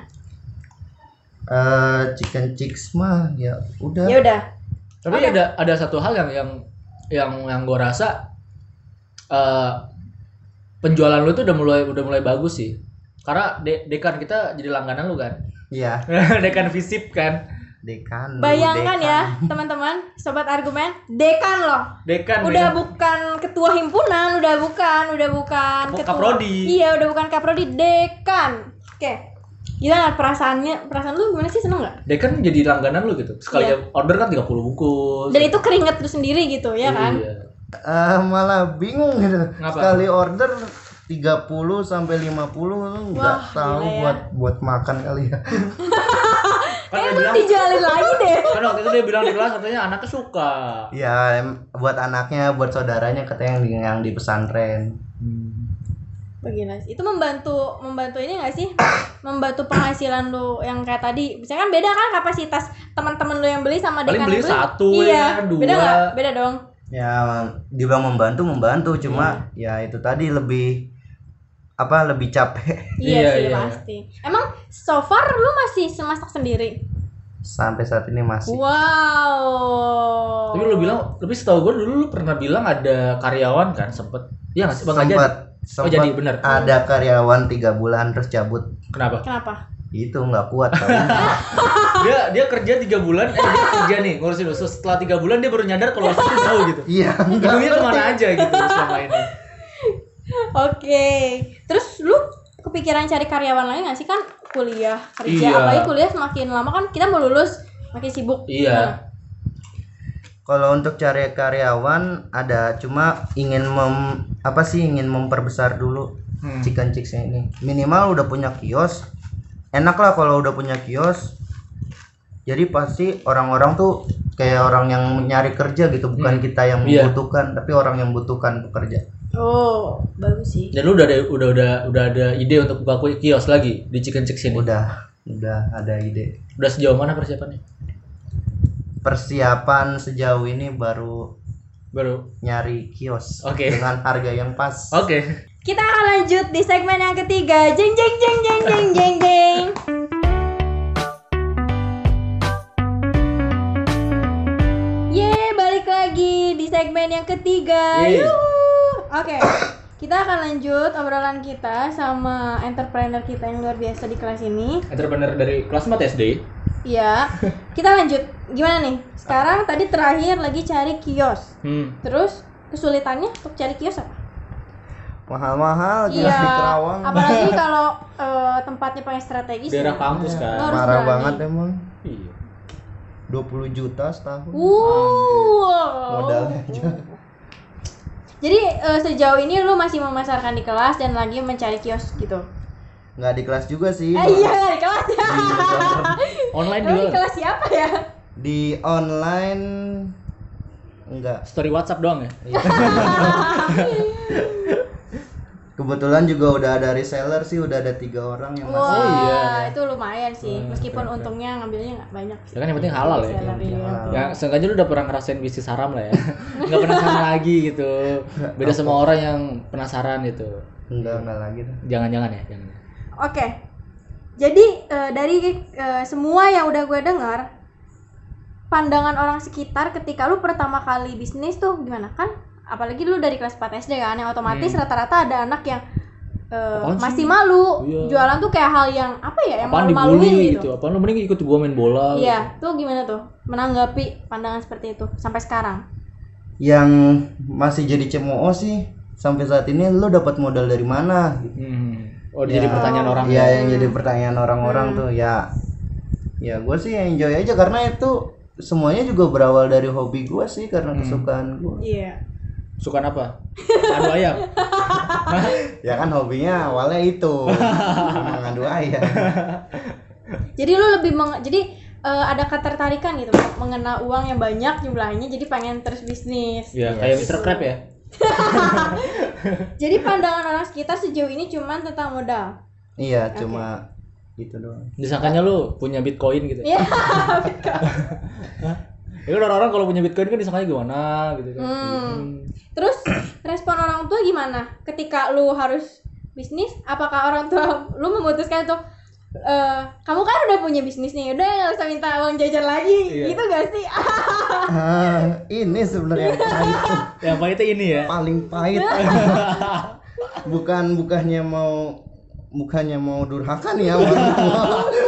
Eh, chicken chicks mah ya udah. Ya udah. Tapi Oke. ada ada satu hal yang yang yang yang gue rasa eh penjualan lu tuh udah mulai udah mulai bagus sih. Karena de- dekan kita jadi langganan lu kan. Iya, Dekan Visip kan. dekan. Bayangkan dekan. ya teman-teman, sobat argumen, dekan loh. Dekan Udah ya. bukan ketua himpunan, udah bukan, udah bukan Kap- ketua. kaprodi. Iya, udah bukan kaprodi, dekan. Oke. Gimana perasaannya? Perasaan lu gimana sih, seneng nggak? Dekan jadi langganan lu gitu. Sekali Iya. order kan tiga puluh bungkus. Dan itu keringet lu sendiri gitu ya kan? Iya. Eh, malah bingung gitu. Ngapa? Sekali order tiga puluh sampai lima puluh lu nggak Wah, tahu gila ya. buat buat makan kali ya. Kan dia Emang bilang dijualin lagi deh. kan waktu itu dia bilang di kelas katanya anaknya suka. Ya, em- buat anaknya, buat saudaranya katanya yang di, yang di pesantren. Begini, itu membantu membantu ini nggak sih? Membantu penghasilan lu yang kayak tadi. Misalkan beda kan kapasitas teman-teman lu yang beli sama Paling dekan beli yang beli. satu Iya, ya, dua. beda nggak? Beda dong. Ya, dibilang membantu membantu, cuma ya itu tadi lebih apa lebih capek. Iya, Iya, sih iya. pasti. Emang so far lu masih semasak sendiri? Sampai saat ini masih. Wow. Tapi lu bilang, tapi setahu gue dulu lu pernah bilang ada karyawan kan sempet. Iya nggak sih? Bang aja. sempat Oh sempat jadi bener. ada karyawan tiga bulan terus cabut. Kenapa? Kenapa? Itu nggak kuat kali. Dia dia kerja tiga bulan, eh dia kerja nih ngurusin usus. Setelah tiga bulan dia baru nyadar kalau usus itu jauh gitu. Iya, nggak Hidungnya ngerti. kemana aja gitu selama ini. Oke. Terus lu kepikiran cari karyawan lain nggak sih, kan kuliah kerja, Iya. apalagi kuliah semakin lama kan kita mau lulus makin sibuk. Iya. Kalau untuk cari karyawan ada, cuma ingin mem, apa sih ingin memperbesar dulu Hmm. chicken chicks ini. Minimal udah punya kios. Enak lah kalau udah punya kios. Jadi pasti orang-orang tuh kayak orang yang nyari kerja gitu, bukan Hmm. kita yang Iya. membutuhkan, tapi orang yang membutuhkan pekerja. Oh, bagus sih. Dan lu udah ada udah udah udah ada ide untuk buka kios lagi di Chicken Chicks ini. Udah, udah ada ide. Udah sejauh mana persiapannya? Persiapan sejauh ini baru Baru. nyari kios Oke. dengan harga yang pas. Oke. Kita akan lanjut di segmen yang ketiga. Jeng jeng jeng jeng jeng jeng jeng. Yeay, balik lagi di segmen yang ketiga. Yeay. Yuhu. Oke. Kita akan lanjut obrolan kita sama entrepreneur kita yang luar biasa di kelas ini. Entrepreneur dari kelas empat S D. Iya. Kita lanjut. Gimana nih? Sekarang tadi terakhir lagi cari kios. Hmm. Terus kesulitannya untuk cari kios apa? Mahal-mahal jelas Iya, di Kerawang. apalagi kalau eh, tempatnya paling strategis. Daerah ya. kampus Iya, kan. Lo harus Marah berani. banget emang. Iya. dua puluh juta setahun. Wow. Modalnya aja. Jadi eh, sejauh ini lu masih memasarkan di kelas dan lagi mencari kios gitu. Nggak di kelas juga sih. Eh, iya nggak di kelas ya. Online Emang di juga. kelas siapa ya? Di online enggak. Story WhatsApp doang ya. Iya. Kebetulan juga udah ada reseller sih, udah ada tiga orang yang Wah, masuk. Oh, iya. itu lumayan sih. Hmm, Meskipun keren, keren. untungnya ngambilnya nggak banyak. Ya kan yang penting halal ya. Reseller, iya. halal. Ya, seenggaknya lu udah pernah ngerasain bisnis haram lah ya. Nggak penasaran lagi gitu. Beda sama orang yang penasaran gitu. Enggak, enggak lagi dah. Jangan-jangan ya, jangan. Oke. Jadi eh, dari eh, semua yang udah gue dengar, pandangan orang sekitar ketika lu pertama kali bisnis tuh gimana kan? Apalagi lu dari kelas empat S D kan, yang otomatis Hmm. rata-rata ada anak yang uh, Apaan sih? masih malu. Iya. Jualan tuh kayak hal yang apa ya, yang Apaan malu-maluin dibully gitu. gitu. Apaan lu mending ikut gua main bola. Iya, tuh gimana tuh menanggapi pandangan seperti itu sampai sekarang? Yang masih jadi cemooh sih sampai saat ini, lu dapat modal dari mana? Hmm. Oh, Ya, jadi pertanyaan orang. Iya, ya. yang jadi pertanyaan orang-orang Hmm. tuh ya. Ya gue sih enjoy aja karena itu semuanya juga berawal dari hobi gue sih, karena Hmm. kesukaan gue. Iya. Suka apa? Adu ayam. Ya kan hobinya awalnya itu mengadu ayam. Jadi lu lebih meng- jadi eh, ada ketertarikan gitu mengenal uang yang banyak jumlahnya, jadi pengen terus bisnis. Ya, Yes. kayak mister Crab ya. Jadi pandangan orang sekitar sejauh ini cuman tentang modal. Iya, Oke. cuma itu doang. Disangkanya lu punya Bitcoin gitu. Iya. Ya kan orang-orang kalau punya Bitcoin kan disangkanya gimana gitu kan. Hmm. Terus respon orang tua gimana ketika lu harus bisnis? Apakah orang tua lu memutuskan untuk eh kamu kan udah punya bisnis nih, udah nggak usah minta uang jajan lagi, Iya. gitu gak sih? Ah, ini sebenarnya yang pahit tuh. Yang pahitnya ini ya. Paling pahit. Bukan bukannya mau bukannya mau durhaka nih ya orang tua.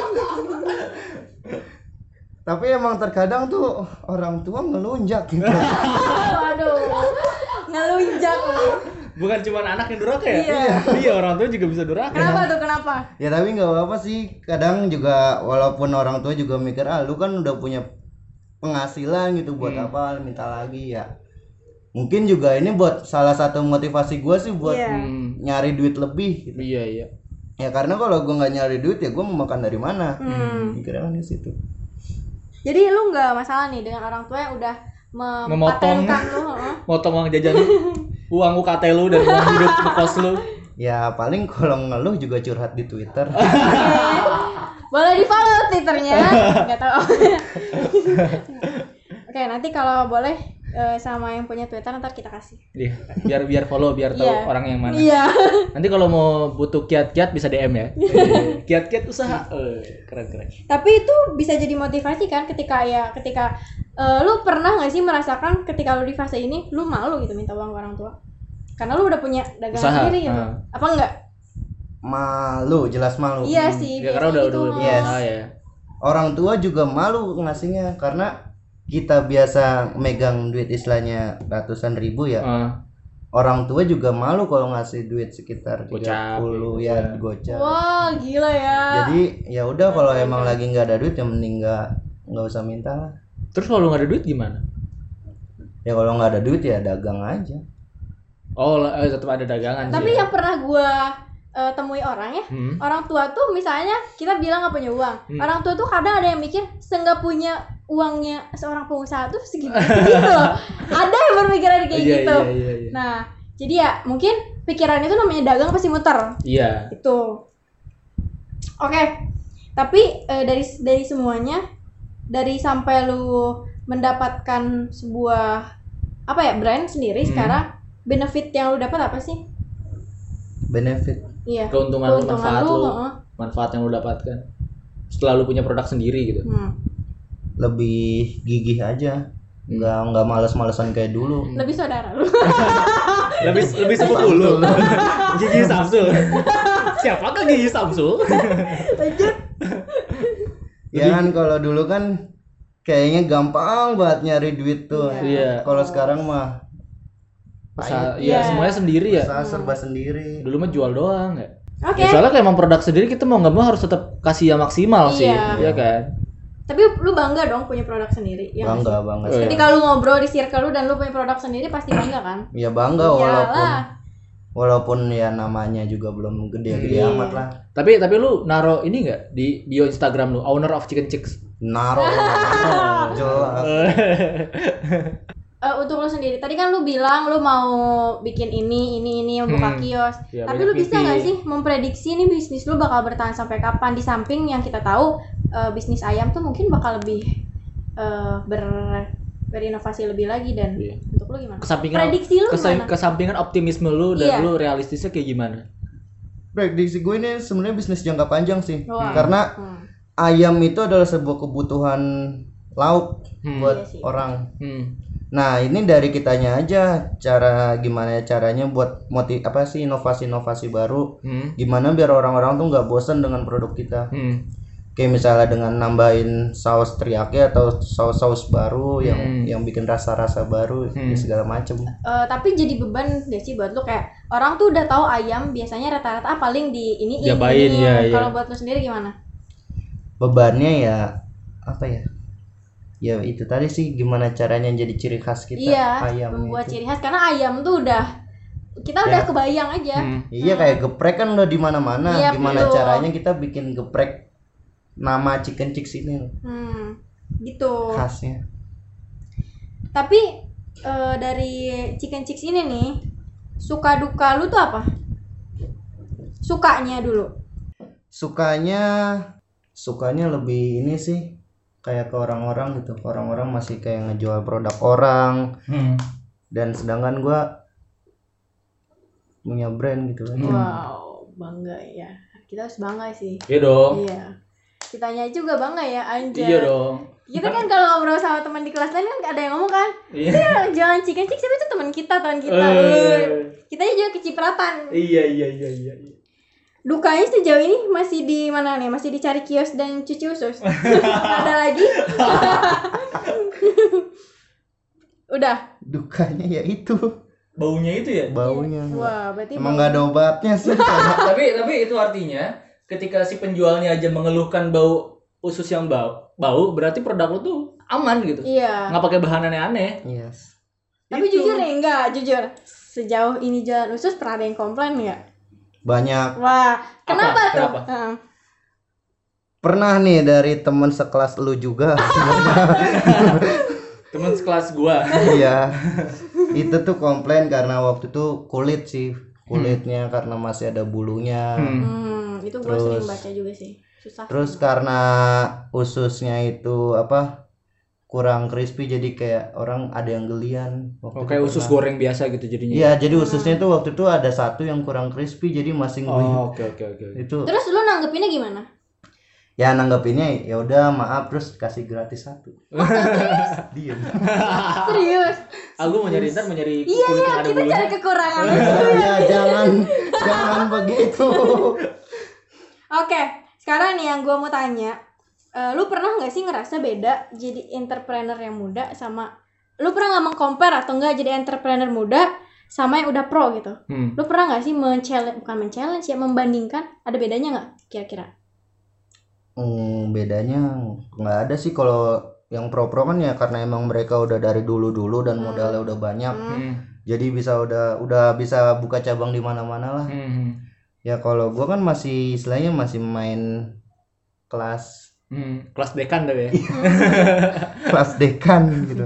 Tapi emang terkadang tuh orang tua ngelunjak gitu. Waduh, ngelunjak lu. Bukan cuma anak yang durhaka ya? Iya. Iya, orang tua juga bisa durhaka. Kenapa tuh? Kenapa? Ya tapi nggak apa-apa sih. Kadang juga walaupun orang tua juga mikir, ah lu kan udah punya penghasilan gitu, buat Hmm. apa minta lagi ya. Mungkin juga ini buat salah satu motivasi gue sih buat Iya. Hmm. nyari duit lebih gitu. Iya, iya. Ya karena kalau gue nggak nyari duit ya gue mau makan dari mana? Hmm. Mikirnya kan di situ. Jadi lu nggak masalah nih dengan orang tua yang udah Memotong. mempatenkan lu, heeh. Motong uang jajan lu, uang U K T lu dan uang hidup kos lu. Ya paling kalau ngeluh juga curhat di Twitter. Boleh di follow twitternya, nggak tahu. Oke, nanti kalau boleh eh, sama yang punya Twitter ntar kita kasih. Iya, biar biar follow, biar tahu Iya. orang yang mana. Iya. Nanti kalau mau butuh kiat-kiat bisa D M ya. Kiat-kiat usaha. Eh, keren-keren. Tapi itu bisa jadi motivasi kan ketika ya ketika eh, lu pernah nggak sih merasakan ketika lu di fase ini lu malu gitu minta uang ke orang tua? Karena lu udah punya dagangan Usaha, sendiri gitu. ah. Apa enggak? Malu, jelas malu. Iya sih. Ya karena udah biasanya udah gitu. punya Yes. usaha ya. Orang tua juga malu ngasihnya karena kita biasa megang duit istilahnya ratusan ribu ya. Eh, Orang tua juga malu kalau ngasih duit sekitar Gocap, tiga puluh ya iya. gocap. Wah, gila ya. Jadi ya udah kalau emang lagi nggak ada duit ya mending nggak nggak usah minta lah. terus kalau lu nggak ada duit gimana? Ya kalau nggak ada duit ya dagang aja. Oh, eh, tetap ada dagangan Tapi sih. ya. yang pernah gua eh, temui orang ya, Hmm. orang tua tuh misalnya kita bilang nggak punya uang, Hmm. orang tua tuh kadang ada yang mikir seenggak punya uangnya seorang pengusaha tuh segitu gitu loh. Ada yang berpikiran kayak Iya, gitu. iya, iya, iya. Nah, jadi ya mungkin pikiran itu namanya dagang pasti muter. Iya. Itu. Oke. Tapi eh, dari dari semuanya, dari sampai lu mendapatkan sebuah apa ya brand sendiri Hmm. sekarang, benefit yang lu dapat apa sih? Benefit. Iya. Keuntungan, Keuntungan manfaat lu, lu, heeh. manfaat yang lu dapatkan setelah lu punya produk sendiri gitu. Hmm. Lebih gigih aja. Nggak nggak males-malesan kayak dulu. Lebih saudara lu. lebih lebih sepupu lu. Gigi Samsul. Siapakah Gigi Samsul? Lanjut. Ya kan kalau dulu kan kayaknya gampang banget nyari duit tuh. Iya. Kalau sekarang mah Usaha, pahit. iya Iya. semuanya sendiri ya. usaha serba sendiri. Dulu mah jual doang ya. Oke. Ya, soalnya kayak emang produk sendiri kita mau nggak mau harus tetap kasih yang maksimal sih, Iya. ya kan? Tapi lu bangga dong punya produk sendiri, ya nggak sih? Bangga banget. Oh, iya. Ketika lu ngobrol di circle lu dan lu punya produk sendiri pasti bangga kan? Ya bangga walaupun Iyalah. walaupun ya namanya juga belum gede-gede Iya. amat lah. Tapi tapi lu naro ini nggak di bio Instagram lu, owner of Chicken Chicks? Naro jelas. Eh, untuk lu sendiri, tadi kan lu bilang lu mau bikin ini, ini, ini, mau buka Hmm. kios. Ya, Tapi banyak lu bisa mimpi. nggak sih memprediksi nih bisnis lu bakal bertahan sampai kapan? Di samping yang kita tahu eh, bisnis ayam tuh mungkin bakal lebih eh, ber berinovasi lebih lagi dan Iya. untuk lu gimana? Kesampingan Prediksi lu kesa- gimana? kesampingan optimisme lu dan Iya. lu realistisnya kayak gimana? Prediksi gue ini sebenarnya bisnis jangka panjang sih. Wah. Karena Hmm. ayam itu adalah sebuah kebutuhan lauk Hmm. buat Iya sih. orang. Hmm. Nah, ini dari kitanya aja cara gimana caranya buat motiv apa sih inovasi-inovasi baru. Hmm. Gimana biar orang-orang tuh nggak bosan dengan produk kita. Hmm. Kayak misalnya dengan nambahin saus teriyaki atau saus-saus baru yang Hmm. yang bikin rasa-rasa baru Hmm. ya segala macem. Eh, tapi jadi beban gak sih buat lu kayak orang tuh udah tahu ayam biasanya rata-rata ah, paling di ini Jabain, ini. ya, ya. Kalau buat lu sendiri gimana? Bebannya ya apa ya? Ya itu tadi sih gimana caranya jadi ciri khas kita Iya, ayam membuat itu. ciri khas karena ayam tuh udah kita udah Ya. kebayang aja. Hmm. Iya kayak geprek kan udah di mana-mana. Iya, Gimana betul. caranya kita bikin geprek nama chicken chicks ini Hmm, gitu. khasnya. Tapi eh, dari chicken chicks ini nih, suka duka lu tuh apa? Sukanya dulu. Sukanya sukanya lebih ini sih kayak ke orang-orang gitu. Orang-orang masih kayak ngejual produk orang Hmm. dan sedangkan gua punya brand gitu kan. Hmm. Wow, bangga ya. Kita harus bangga sih. Iya dong. Iya. Kitanya juga bangga ya, anjay. Iya dong. Kita kan kalau ngobrol sama teman di kelas lain kan ada yang ngomong kan, Iya. "Ya, jalan chicken chicks tapi itu teman kita, teman kita." Eh. Woi. Kitanya juga kecipratan. Iya iya iya iya. iya. Dukanya sejauh ini masih di mana nih? Masih dicari kios dan cuci usus. Ada lagi? Udah. Dukanya ya itu Baunya itu ya. baunya. Wah, berarti Emang nggak ada obatnya sih. tapi tapi itu artinya ketika si penjualnya aja mengeluhkan bau usus yang bau, bau berarti produk lu tuh aman gitu. Iya. Nggak pakai bahan aneh-aneh. Yes. Tapi Itu. jujur nih, enggak, jujur. Sejauh ini jalan usus pernah ada yang komplain enggak? Banyak. Wah, kenapa Apa? tuh? Kenapa? Heeh. Pernah nih dari teman sekelas lu juga. Temen sekelas gua. Iya. Itu tuh komplain karena waktu itu kulit sih. Kulitnya karena masih ada bulunya. Hmm. Hmm, itu gue Terus- sering baca juga sih. Susah. Terus karena ususnya itu apa? Kurang crispy jadi kayak orang ada yang gelian. Waktu Oke, itu usus pernah. goreng biasa gitu jadinya. Iya, jadi ususnya itu waktu itu ada satu yang kurang crispy jadi masing Oh, oke oke oke. itu Terus lu nanggepinnya gimana? ya nanggepinnya ya udah maaf terus kasih gratis satu. Diem. Serius? Aku mau nyari ntar mau nyari Iya, kulit iya, yang ada kita bulunya. cari kekurangan. Ya jangan jangan begitu. Oke, sekarang nih yang gue mau tanya, eh, lu pernah nggak sih ngerasa beda jadi entrepreneur yang muda sama, lu pernah nggak meng-compare atau enggak jadi entrepreneur muda sama yang udah pro gitu? Hmm. Lu pernah nggak sih men-challenge, bukan men-challenge ya, membandingkan, ada bedanya nggak kira-kira? Hmm, bedanya nggak ada sih kalau yang pro-pro kan ya karena emang mereka udah dari dulu-dulu dan modalnya udah banyak. Hmm. Jadi bisa udah udah bisa buka cabang di mana-mana lah. Hmm. Ya kalau gua kan masih istilahnya masih main kelas Hmm. Kelas dekan tuh ya. kelas dekan gitu.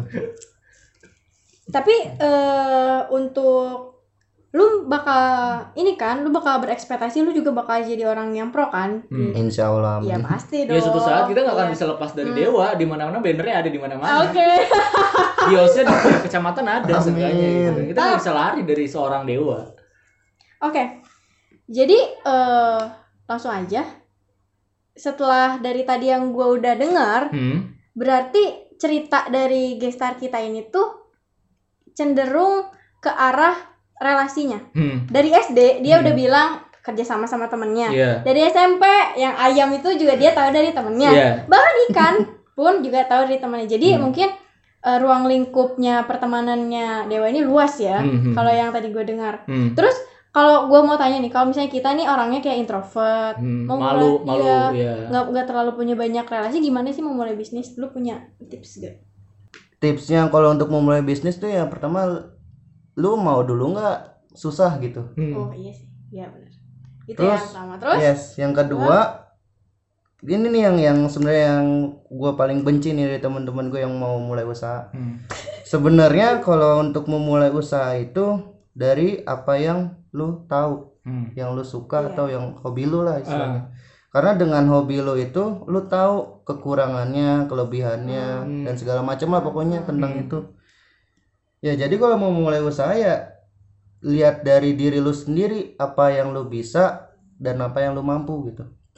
Tapi eh untuk lu bakal ini kan, lu bakal berekspektasi lu juga bakal jadi orang yang pro kan? Hmm. Insya Allah. Iya amin. pasti dong. Ya suatu saat kita nggak akan Iya. bisa lepas dari Hmm. dewa, di mana-mana bannernya ada di mana-mana. Oke. Kiosnya di kecamatan ada Amin. seenggaknya gitu. Kita nggak bisa lari dari seorang dewa. Oke. Jadi eh langsung aja. Setelah dari tadi yang gue udah dengar, Hmm. berarti cerita dari gestar kita ini tuh cenderung ke arah relasinya. Hmm. Dari S D dia Hmm. udah bilang kerja sama sama temennya. Iya. Dari S M P yang ayam itu juga dia tahu dari temennya. Iya. Bahkan ikan pun juga tahu dari temannya. Jadi Hmm. mungkin eh, ruang lingkupnya pertemanannya Dewa ini luas ya. Hmm, hmm, Kalau yang tadi gue dengar. Hmm. Terus kalau gue mau tanya nih, kalau misalnya kita nih orangnya kayak introvert, Hmm. mau Malu, mulai- malu iya, ya. nggak nggak terlalu punya banyak relasi, gimana sih mau mulai bisnis? Lu punya tips gak? Tipsnya kalau untuk memulai bisnis tuh ya pertama lu mau dulu nggak susah gitu. Hmm. Oh iya sih, iya benar. Itu Terus, yang pertama. Terus? Yes, yang kedua ini nih yang yang sebenarnya yang gue paling benci nih dari teman-teman gue yang mau mulai usaha. Hmm. Sebenarnya kalau untuk memulai usaha itu dari apa yang lu tahu, Hmm. yang lu suka Iya. atau yang hobi lu lah istilahnya. Ah. Karena dengan hobi lu itu lu tahu kekurangannya, kelebihannya Hmm. dan segala macam lah pokoknya tentang Hmm. itu. Ya jadi kalau mau mulai usaha ya lihat dari diri lu sendiri apa yang lu bisa dan apa yang lu mampu gitu.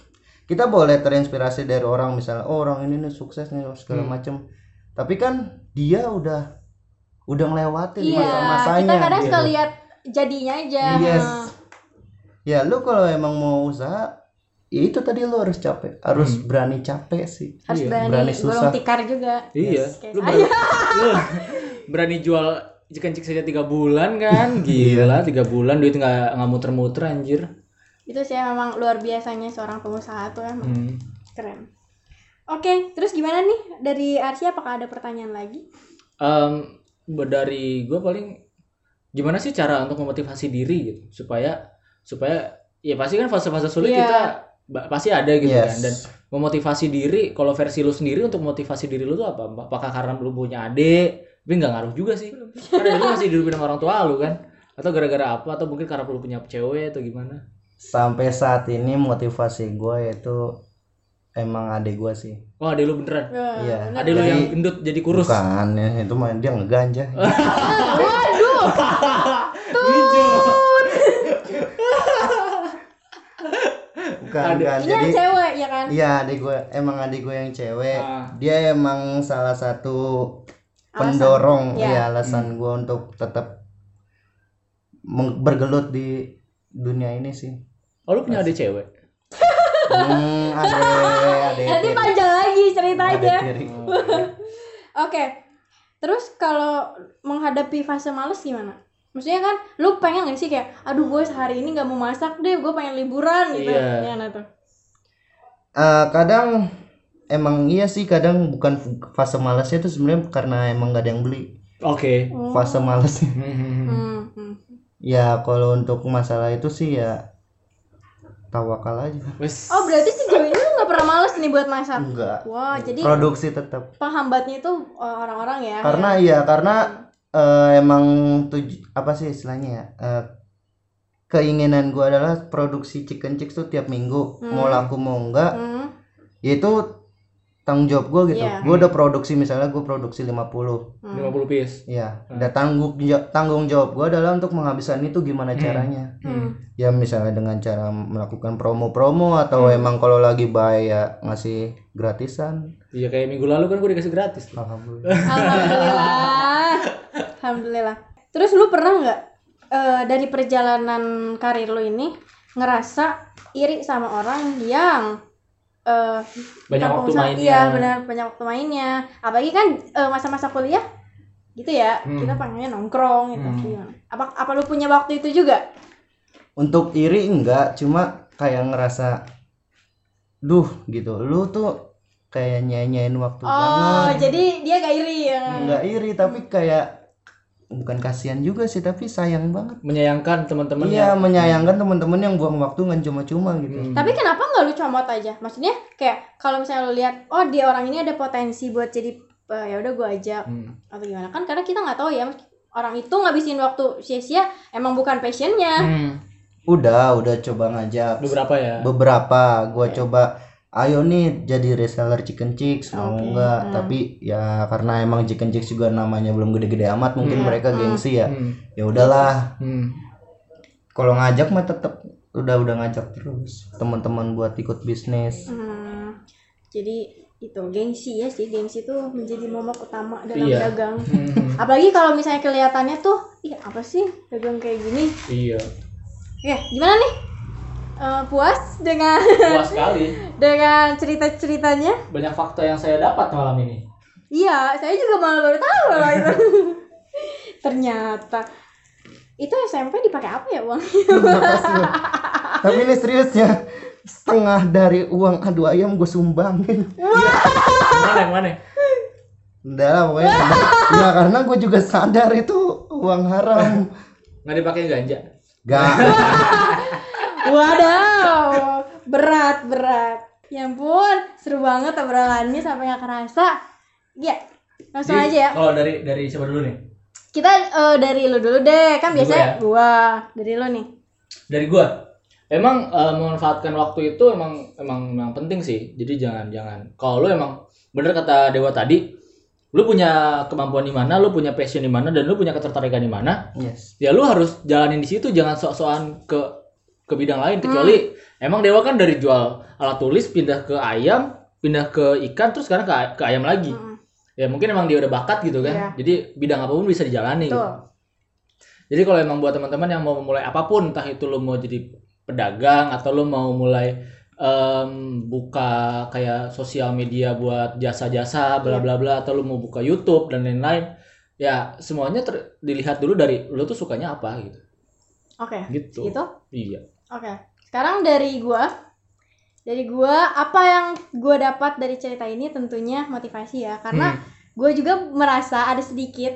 kita boleh terinspirasi dari orang, misalnya oh orang ini nih sukses nih segala Hmm. macem, tapi kan dia udah udah ngelewatin Iya, masa-masanya kita kadang gitu. suka lihat jadinya aja. Yes. Nah, Ya lu kalau emang mau usaha, ya itu tadi lu harus capek, harus Hmm. berani capek sih. harus Iya, berani, berani gulung susah. tikar juga. Iya. Kayak Lu saya. berani, lu berani jual chicken chick saja tiga bulan kan? Gila, tiga bulan duit nggak nggak muter-muter anjir. Itu sih memang luar biasanya seorang pengusaha tuh emang Hmm. keren. Oke, terus gimana nih dari Arsy, apakah ada pertanyaan lagi? Em, dari gue paling gimana sih cara untuk memotivasi diri gitu supaya supaya ya pasti kan fase-fase sulit Iya. kita ba- pasti ada gitu Yes. kan, dan memotivasi diri kalau versi lu sendiri untuk motivasi diri lu tuh apa? Apakah karena lu punya adik? Tapi nggak ngaruh juga sih, karena lu masih dihidupin sama orang tua lu kan, atau gara-gara apa, atau mungkin karena lu punya cewek atau gimana? Sampai saat ini motivasi gue itu emang adik gue sih. Oh adik lu beneran? Wah, Iya. bener. Adik lu Jadi- yang gendut jadi kurus? Bukan, ya, itu mah dia ngeganja. Waduh. Bukan, Adik. bukan. Ini Jadi yang cewek ya kan? iya adik gue, emang adik gue yang cewek. Ah. Dia emang salah satu Alasan. pendorong Ya. ya alasan gue untuk tetap meng- bergelut di dunia ini sih. Oh lu punya adik cewek? Hmm, ada ada Nanti panjang lagi ceritanya. tiri. Oke. Terus kalau menghadapi fase males gimana? Maksudnya kan lu pengen gak sih kayak aduh gue sehari ini gak mau masak deh, gue pengen liburan gitu. Iya. Gimana tuh? Eh, kadang emang iya sih, kadang bukan fase malasnya itu sebenarnya karena emang gak ada yang beli. Oke. Oh. Fase malesnya. Hmm. Hmm, hmm. Ya kalau untuk masalah itu sih ya tawakal aja. Wes. Oh berarti sejauh ini lu gak pernah males nih buat masak? Enggak. Wah jadi Produksi tetap. penghambatnya itu uh, orang-orang ya? Karena ya? iya karena eh, emang tuj apa sih istilahnya ya? Eh, keinginan gua adalah produksi chicken chicks tuh tiap minggu, Hmm. mau laku mau enggak, Hmm, yaitu tanggung jawab gua gitu. Iya. Gua udah produksi, misalnya gua produksi lima puluh. hmm. lima puluh piece. Iya, Hmm. dan tanggung ja- tanggung jawab gua adalah untuk menghabiskan itu gimana caranya. Hmm. Ya misalnya dengan cara melakukan promo-promo atau Hmm. emang kalau lagi buy ya ngasih gratisan. Iya kayak minggu lalu kan gue dikasih gratis. Alhamdulillah. Alhamdulillah. Alhamdulillah. Terus lu pernah nggak eh, dari perjalanan karir lu ini ngerasa iri sama orang yang eh Banyak bukan waktu pengusaha- mainnya. Iya, benar, banyak waktu mainnya. Apalagi kan eh, masa-masa kuliah gitu ya. Hmm. Kita pengennya nongkrong gitu. Hmm. Gimana? Apa apa lu punya waktu itu juga? Untuk iri enggak, cuma kayak ngerasa duh gitu. Lu tuh kayak nyanyain waktu Oh, banget. jadi dia gak iri ya. Enggak iri tapi kayak bukan kasihan juga sih, tapi sayang banget. Menyayangkan teman-teman Iya, yang menyayangkan teman-teman yang buang waktu nggak cuma-cuma gitu. Hmm. Tapi kenapa nggak lu comot aja? Maksudnya kayak kalau misalnya lu lihat, oh dia orang ini ada potensi buat jadi eh, ya udah gue ajak Hmm. atau gimana? Kan karena kita nggak tahu ya orang itu ngabisin waktu sia-sia emang bukan passionnya. Hmm. Udah, udah coba ngajak Beberapa ya. beberapa, gua coba ayo nih jadi reseller chicken chicks, mau Oke, enggak? hmm. Tapi ya karena emang chicken chicks juga namanya belum gede-gede amat, mungkin Hmm, mereka hmm. gengsi ya. Hmm. Ya udahlah, Hmm. kalau ngajak mah tetap udah udah ngajak terus teman-teman buat ikut bisnis. Hmm, jadi itu gengsi ya sih, gengsi tuh menjadi momok utama dalam Iya. dagang. Hmm. Apalagi kalau misalnya kelihatannya tuh, ih apa sih dagang kayak gini? Iya. Ya gimana nih? Eh, puas dengan Puas sekali. dengan cerita-ceritanya? Banyak fakta yang saya dapat malam ini. Iya, saya juga malah baru tahu loh itu. Ternyata itu S M P dipakai apa ya uang? Makasih, Bang. Tapi ini seriusnya, setengah dari uang adu ayam gue sumbangin. Mana yang mana? Udah lah pokoknya. Ya karena gue juga sadar itu uang haram. Nggak dipakai ganja. Gak. Wadaw, berat berat. Ya ampun, seru banget obrolannya sampai nggak kerasa. Ya, langsung Jadi, aja ya. Kalau dari dari siapa dulu nih? Kita eh, dari lu dulu deh, kan Dari biasanya gua ya? gua, dari lu nih. Dari gua. Emang eh, memanfaatkan waktu itu emang emang emang penting sih. Jadi jangan jangan. Kalau lu emang bener kata Dewa tadi, lu punya kemampuan di mana, lu punya passion di mana, dan lu punya ketertarikan di mana, Yes. ya lu harus jalanin di situ, jangan sok-sokan ke ke bidang lain, kecuali Emang Dewa kan dari jual alat tulis pindah ke ayam, pindah ke ikan, terus sekarang ke, ke ayam lagi. Mm. Ya mungkin emang dia udah bakat gitu kan. Yeah. Jadi bidang apapun bisa dijalani. Gitu. Jadi kalau emang buat teman-teman yang mau memulai apapun, entah itu lo mau jadi pedagang atau lo mau mulai um, buka kayak sosial media buat jasa-jasa, bla bla bla, atau lo mau buka YouTube dan lain-lain, ya semuanya ter- dilihat dulu dari lo tuh sukanya apa gitu. Oke. Okay. Gitu. Gitu? Iya. Oke. Okay. Sekarang dari gua, dari gua apa yang gua dapat dari cerita ini tentunya motivasi ya, karena hmm. gua juga merasa ada sedikit,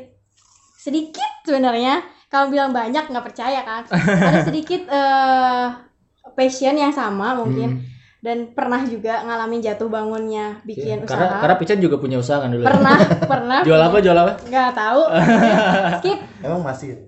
sedikit sebenarnya. Kalau bilang banyak nggak percaya kan, ada sedikit uh, passion yang sama mungkin. Hmm. Dan pernah juga ngalamin jatuh bangunnya bikin ya, usaha. Karena karena Pican juga punya usaha kan dulu. Pernah, pernah. Jual apa? Jual apa? Nggak tahu. Skip. Emang masih.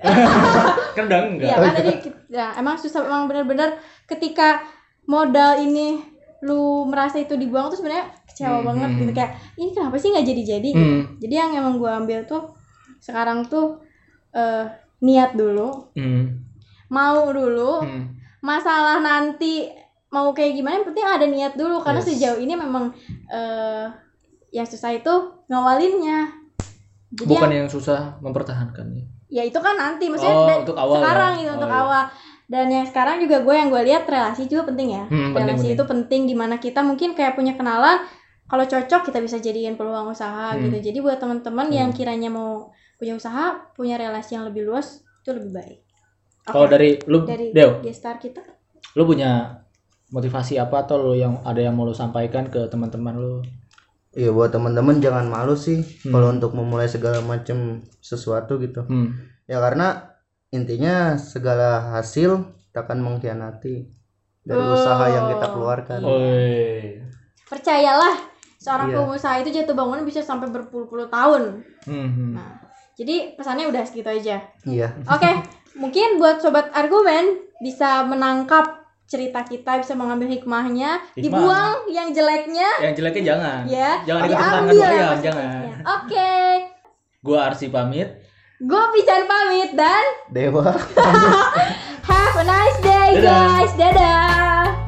Kan udah enggak. Iya kan tadi ya, emang susah, emang benar-benar ketika modal ini lu merasa itu dibuang tuh sebenarnya kecewa hmm, banget gitu, kayak ini kenapa sih nggak jadi-jadi gitu. Hmm. Jadi yang emang gua ambil tuh sekarang tuh uh, niat dulu. Hmm. Mau dulu. Hmm. Masalah nanti mau kayak gimana, yang penting ada niat dulu, karena yes. sejauh ini memang uh, yang susah itu ngawalinnya. Jadi bukan yang, yang susah mempertahankannya. Ya itu kan nanti, maksudnya oh, dan, untuk awal sekarang ya? gitu oh, untuk iya. awal. Dan yang sekarang juga gue yang gue lihat relasi juga penting ya. Hmm, relasi penting, itu penting. penting, dimana kita mungkin kayak punya kenalan, kalau cocok kita bisa jadiin peluang usaha hmm. gitu. Jadi buat teman-teman hmm. yang kiranya mau punya usaha, punya relasi yang lebih luas, itu lebih baik. Okay. Kalau dari lu, dari Dew, gestar kita, lu punya motivasi apa atau lo yang ada yang mau lo sampaikan ke teman-teman lo? Iya, buat teman-teman jangan malu sih hmm. kalau untuk memulai segala macam sesuatu gitu. Hmm. Ya karena intinya segala hasil takkan mengkhianati dari oh. usaha yang kita keluarkan. Oi. Percayalah, seorang iya. pengusaha itu jatuh bangunan bisa sampai berpuluh-puluh tahun. Hmm. Nah, jadi pesannya udah segitu aja. Iya. Oke, okay. Mungkin buat sobat argumen bisa menangkap cerita kita, bisa mengambil hikmahnya, Hikmah. dibuang yang jeleknya. Yang jeleknya jangan. Ya. Jangan ikut-ikutan ngadu ayam, jangan. Oke. Okay. Gua Arsi pamit. Gua Pican pamit dan Dewa. Have a nice day, Dadah. guys. Dadah.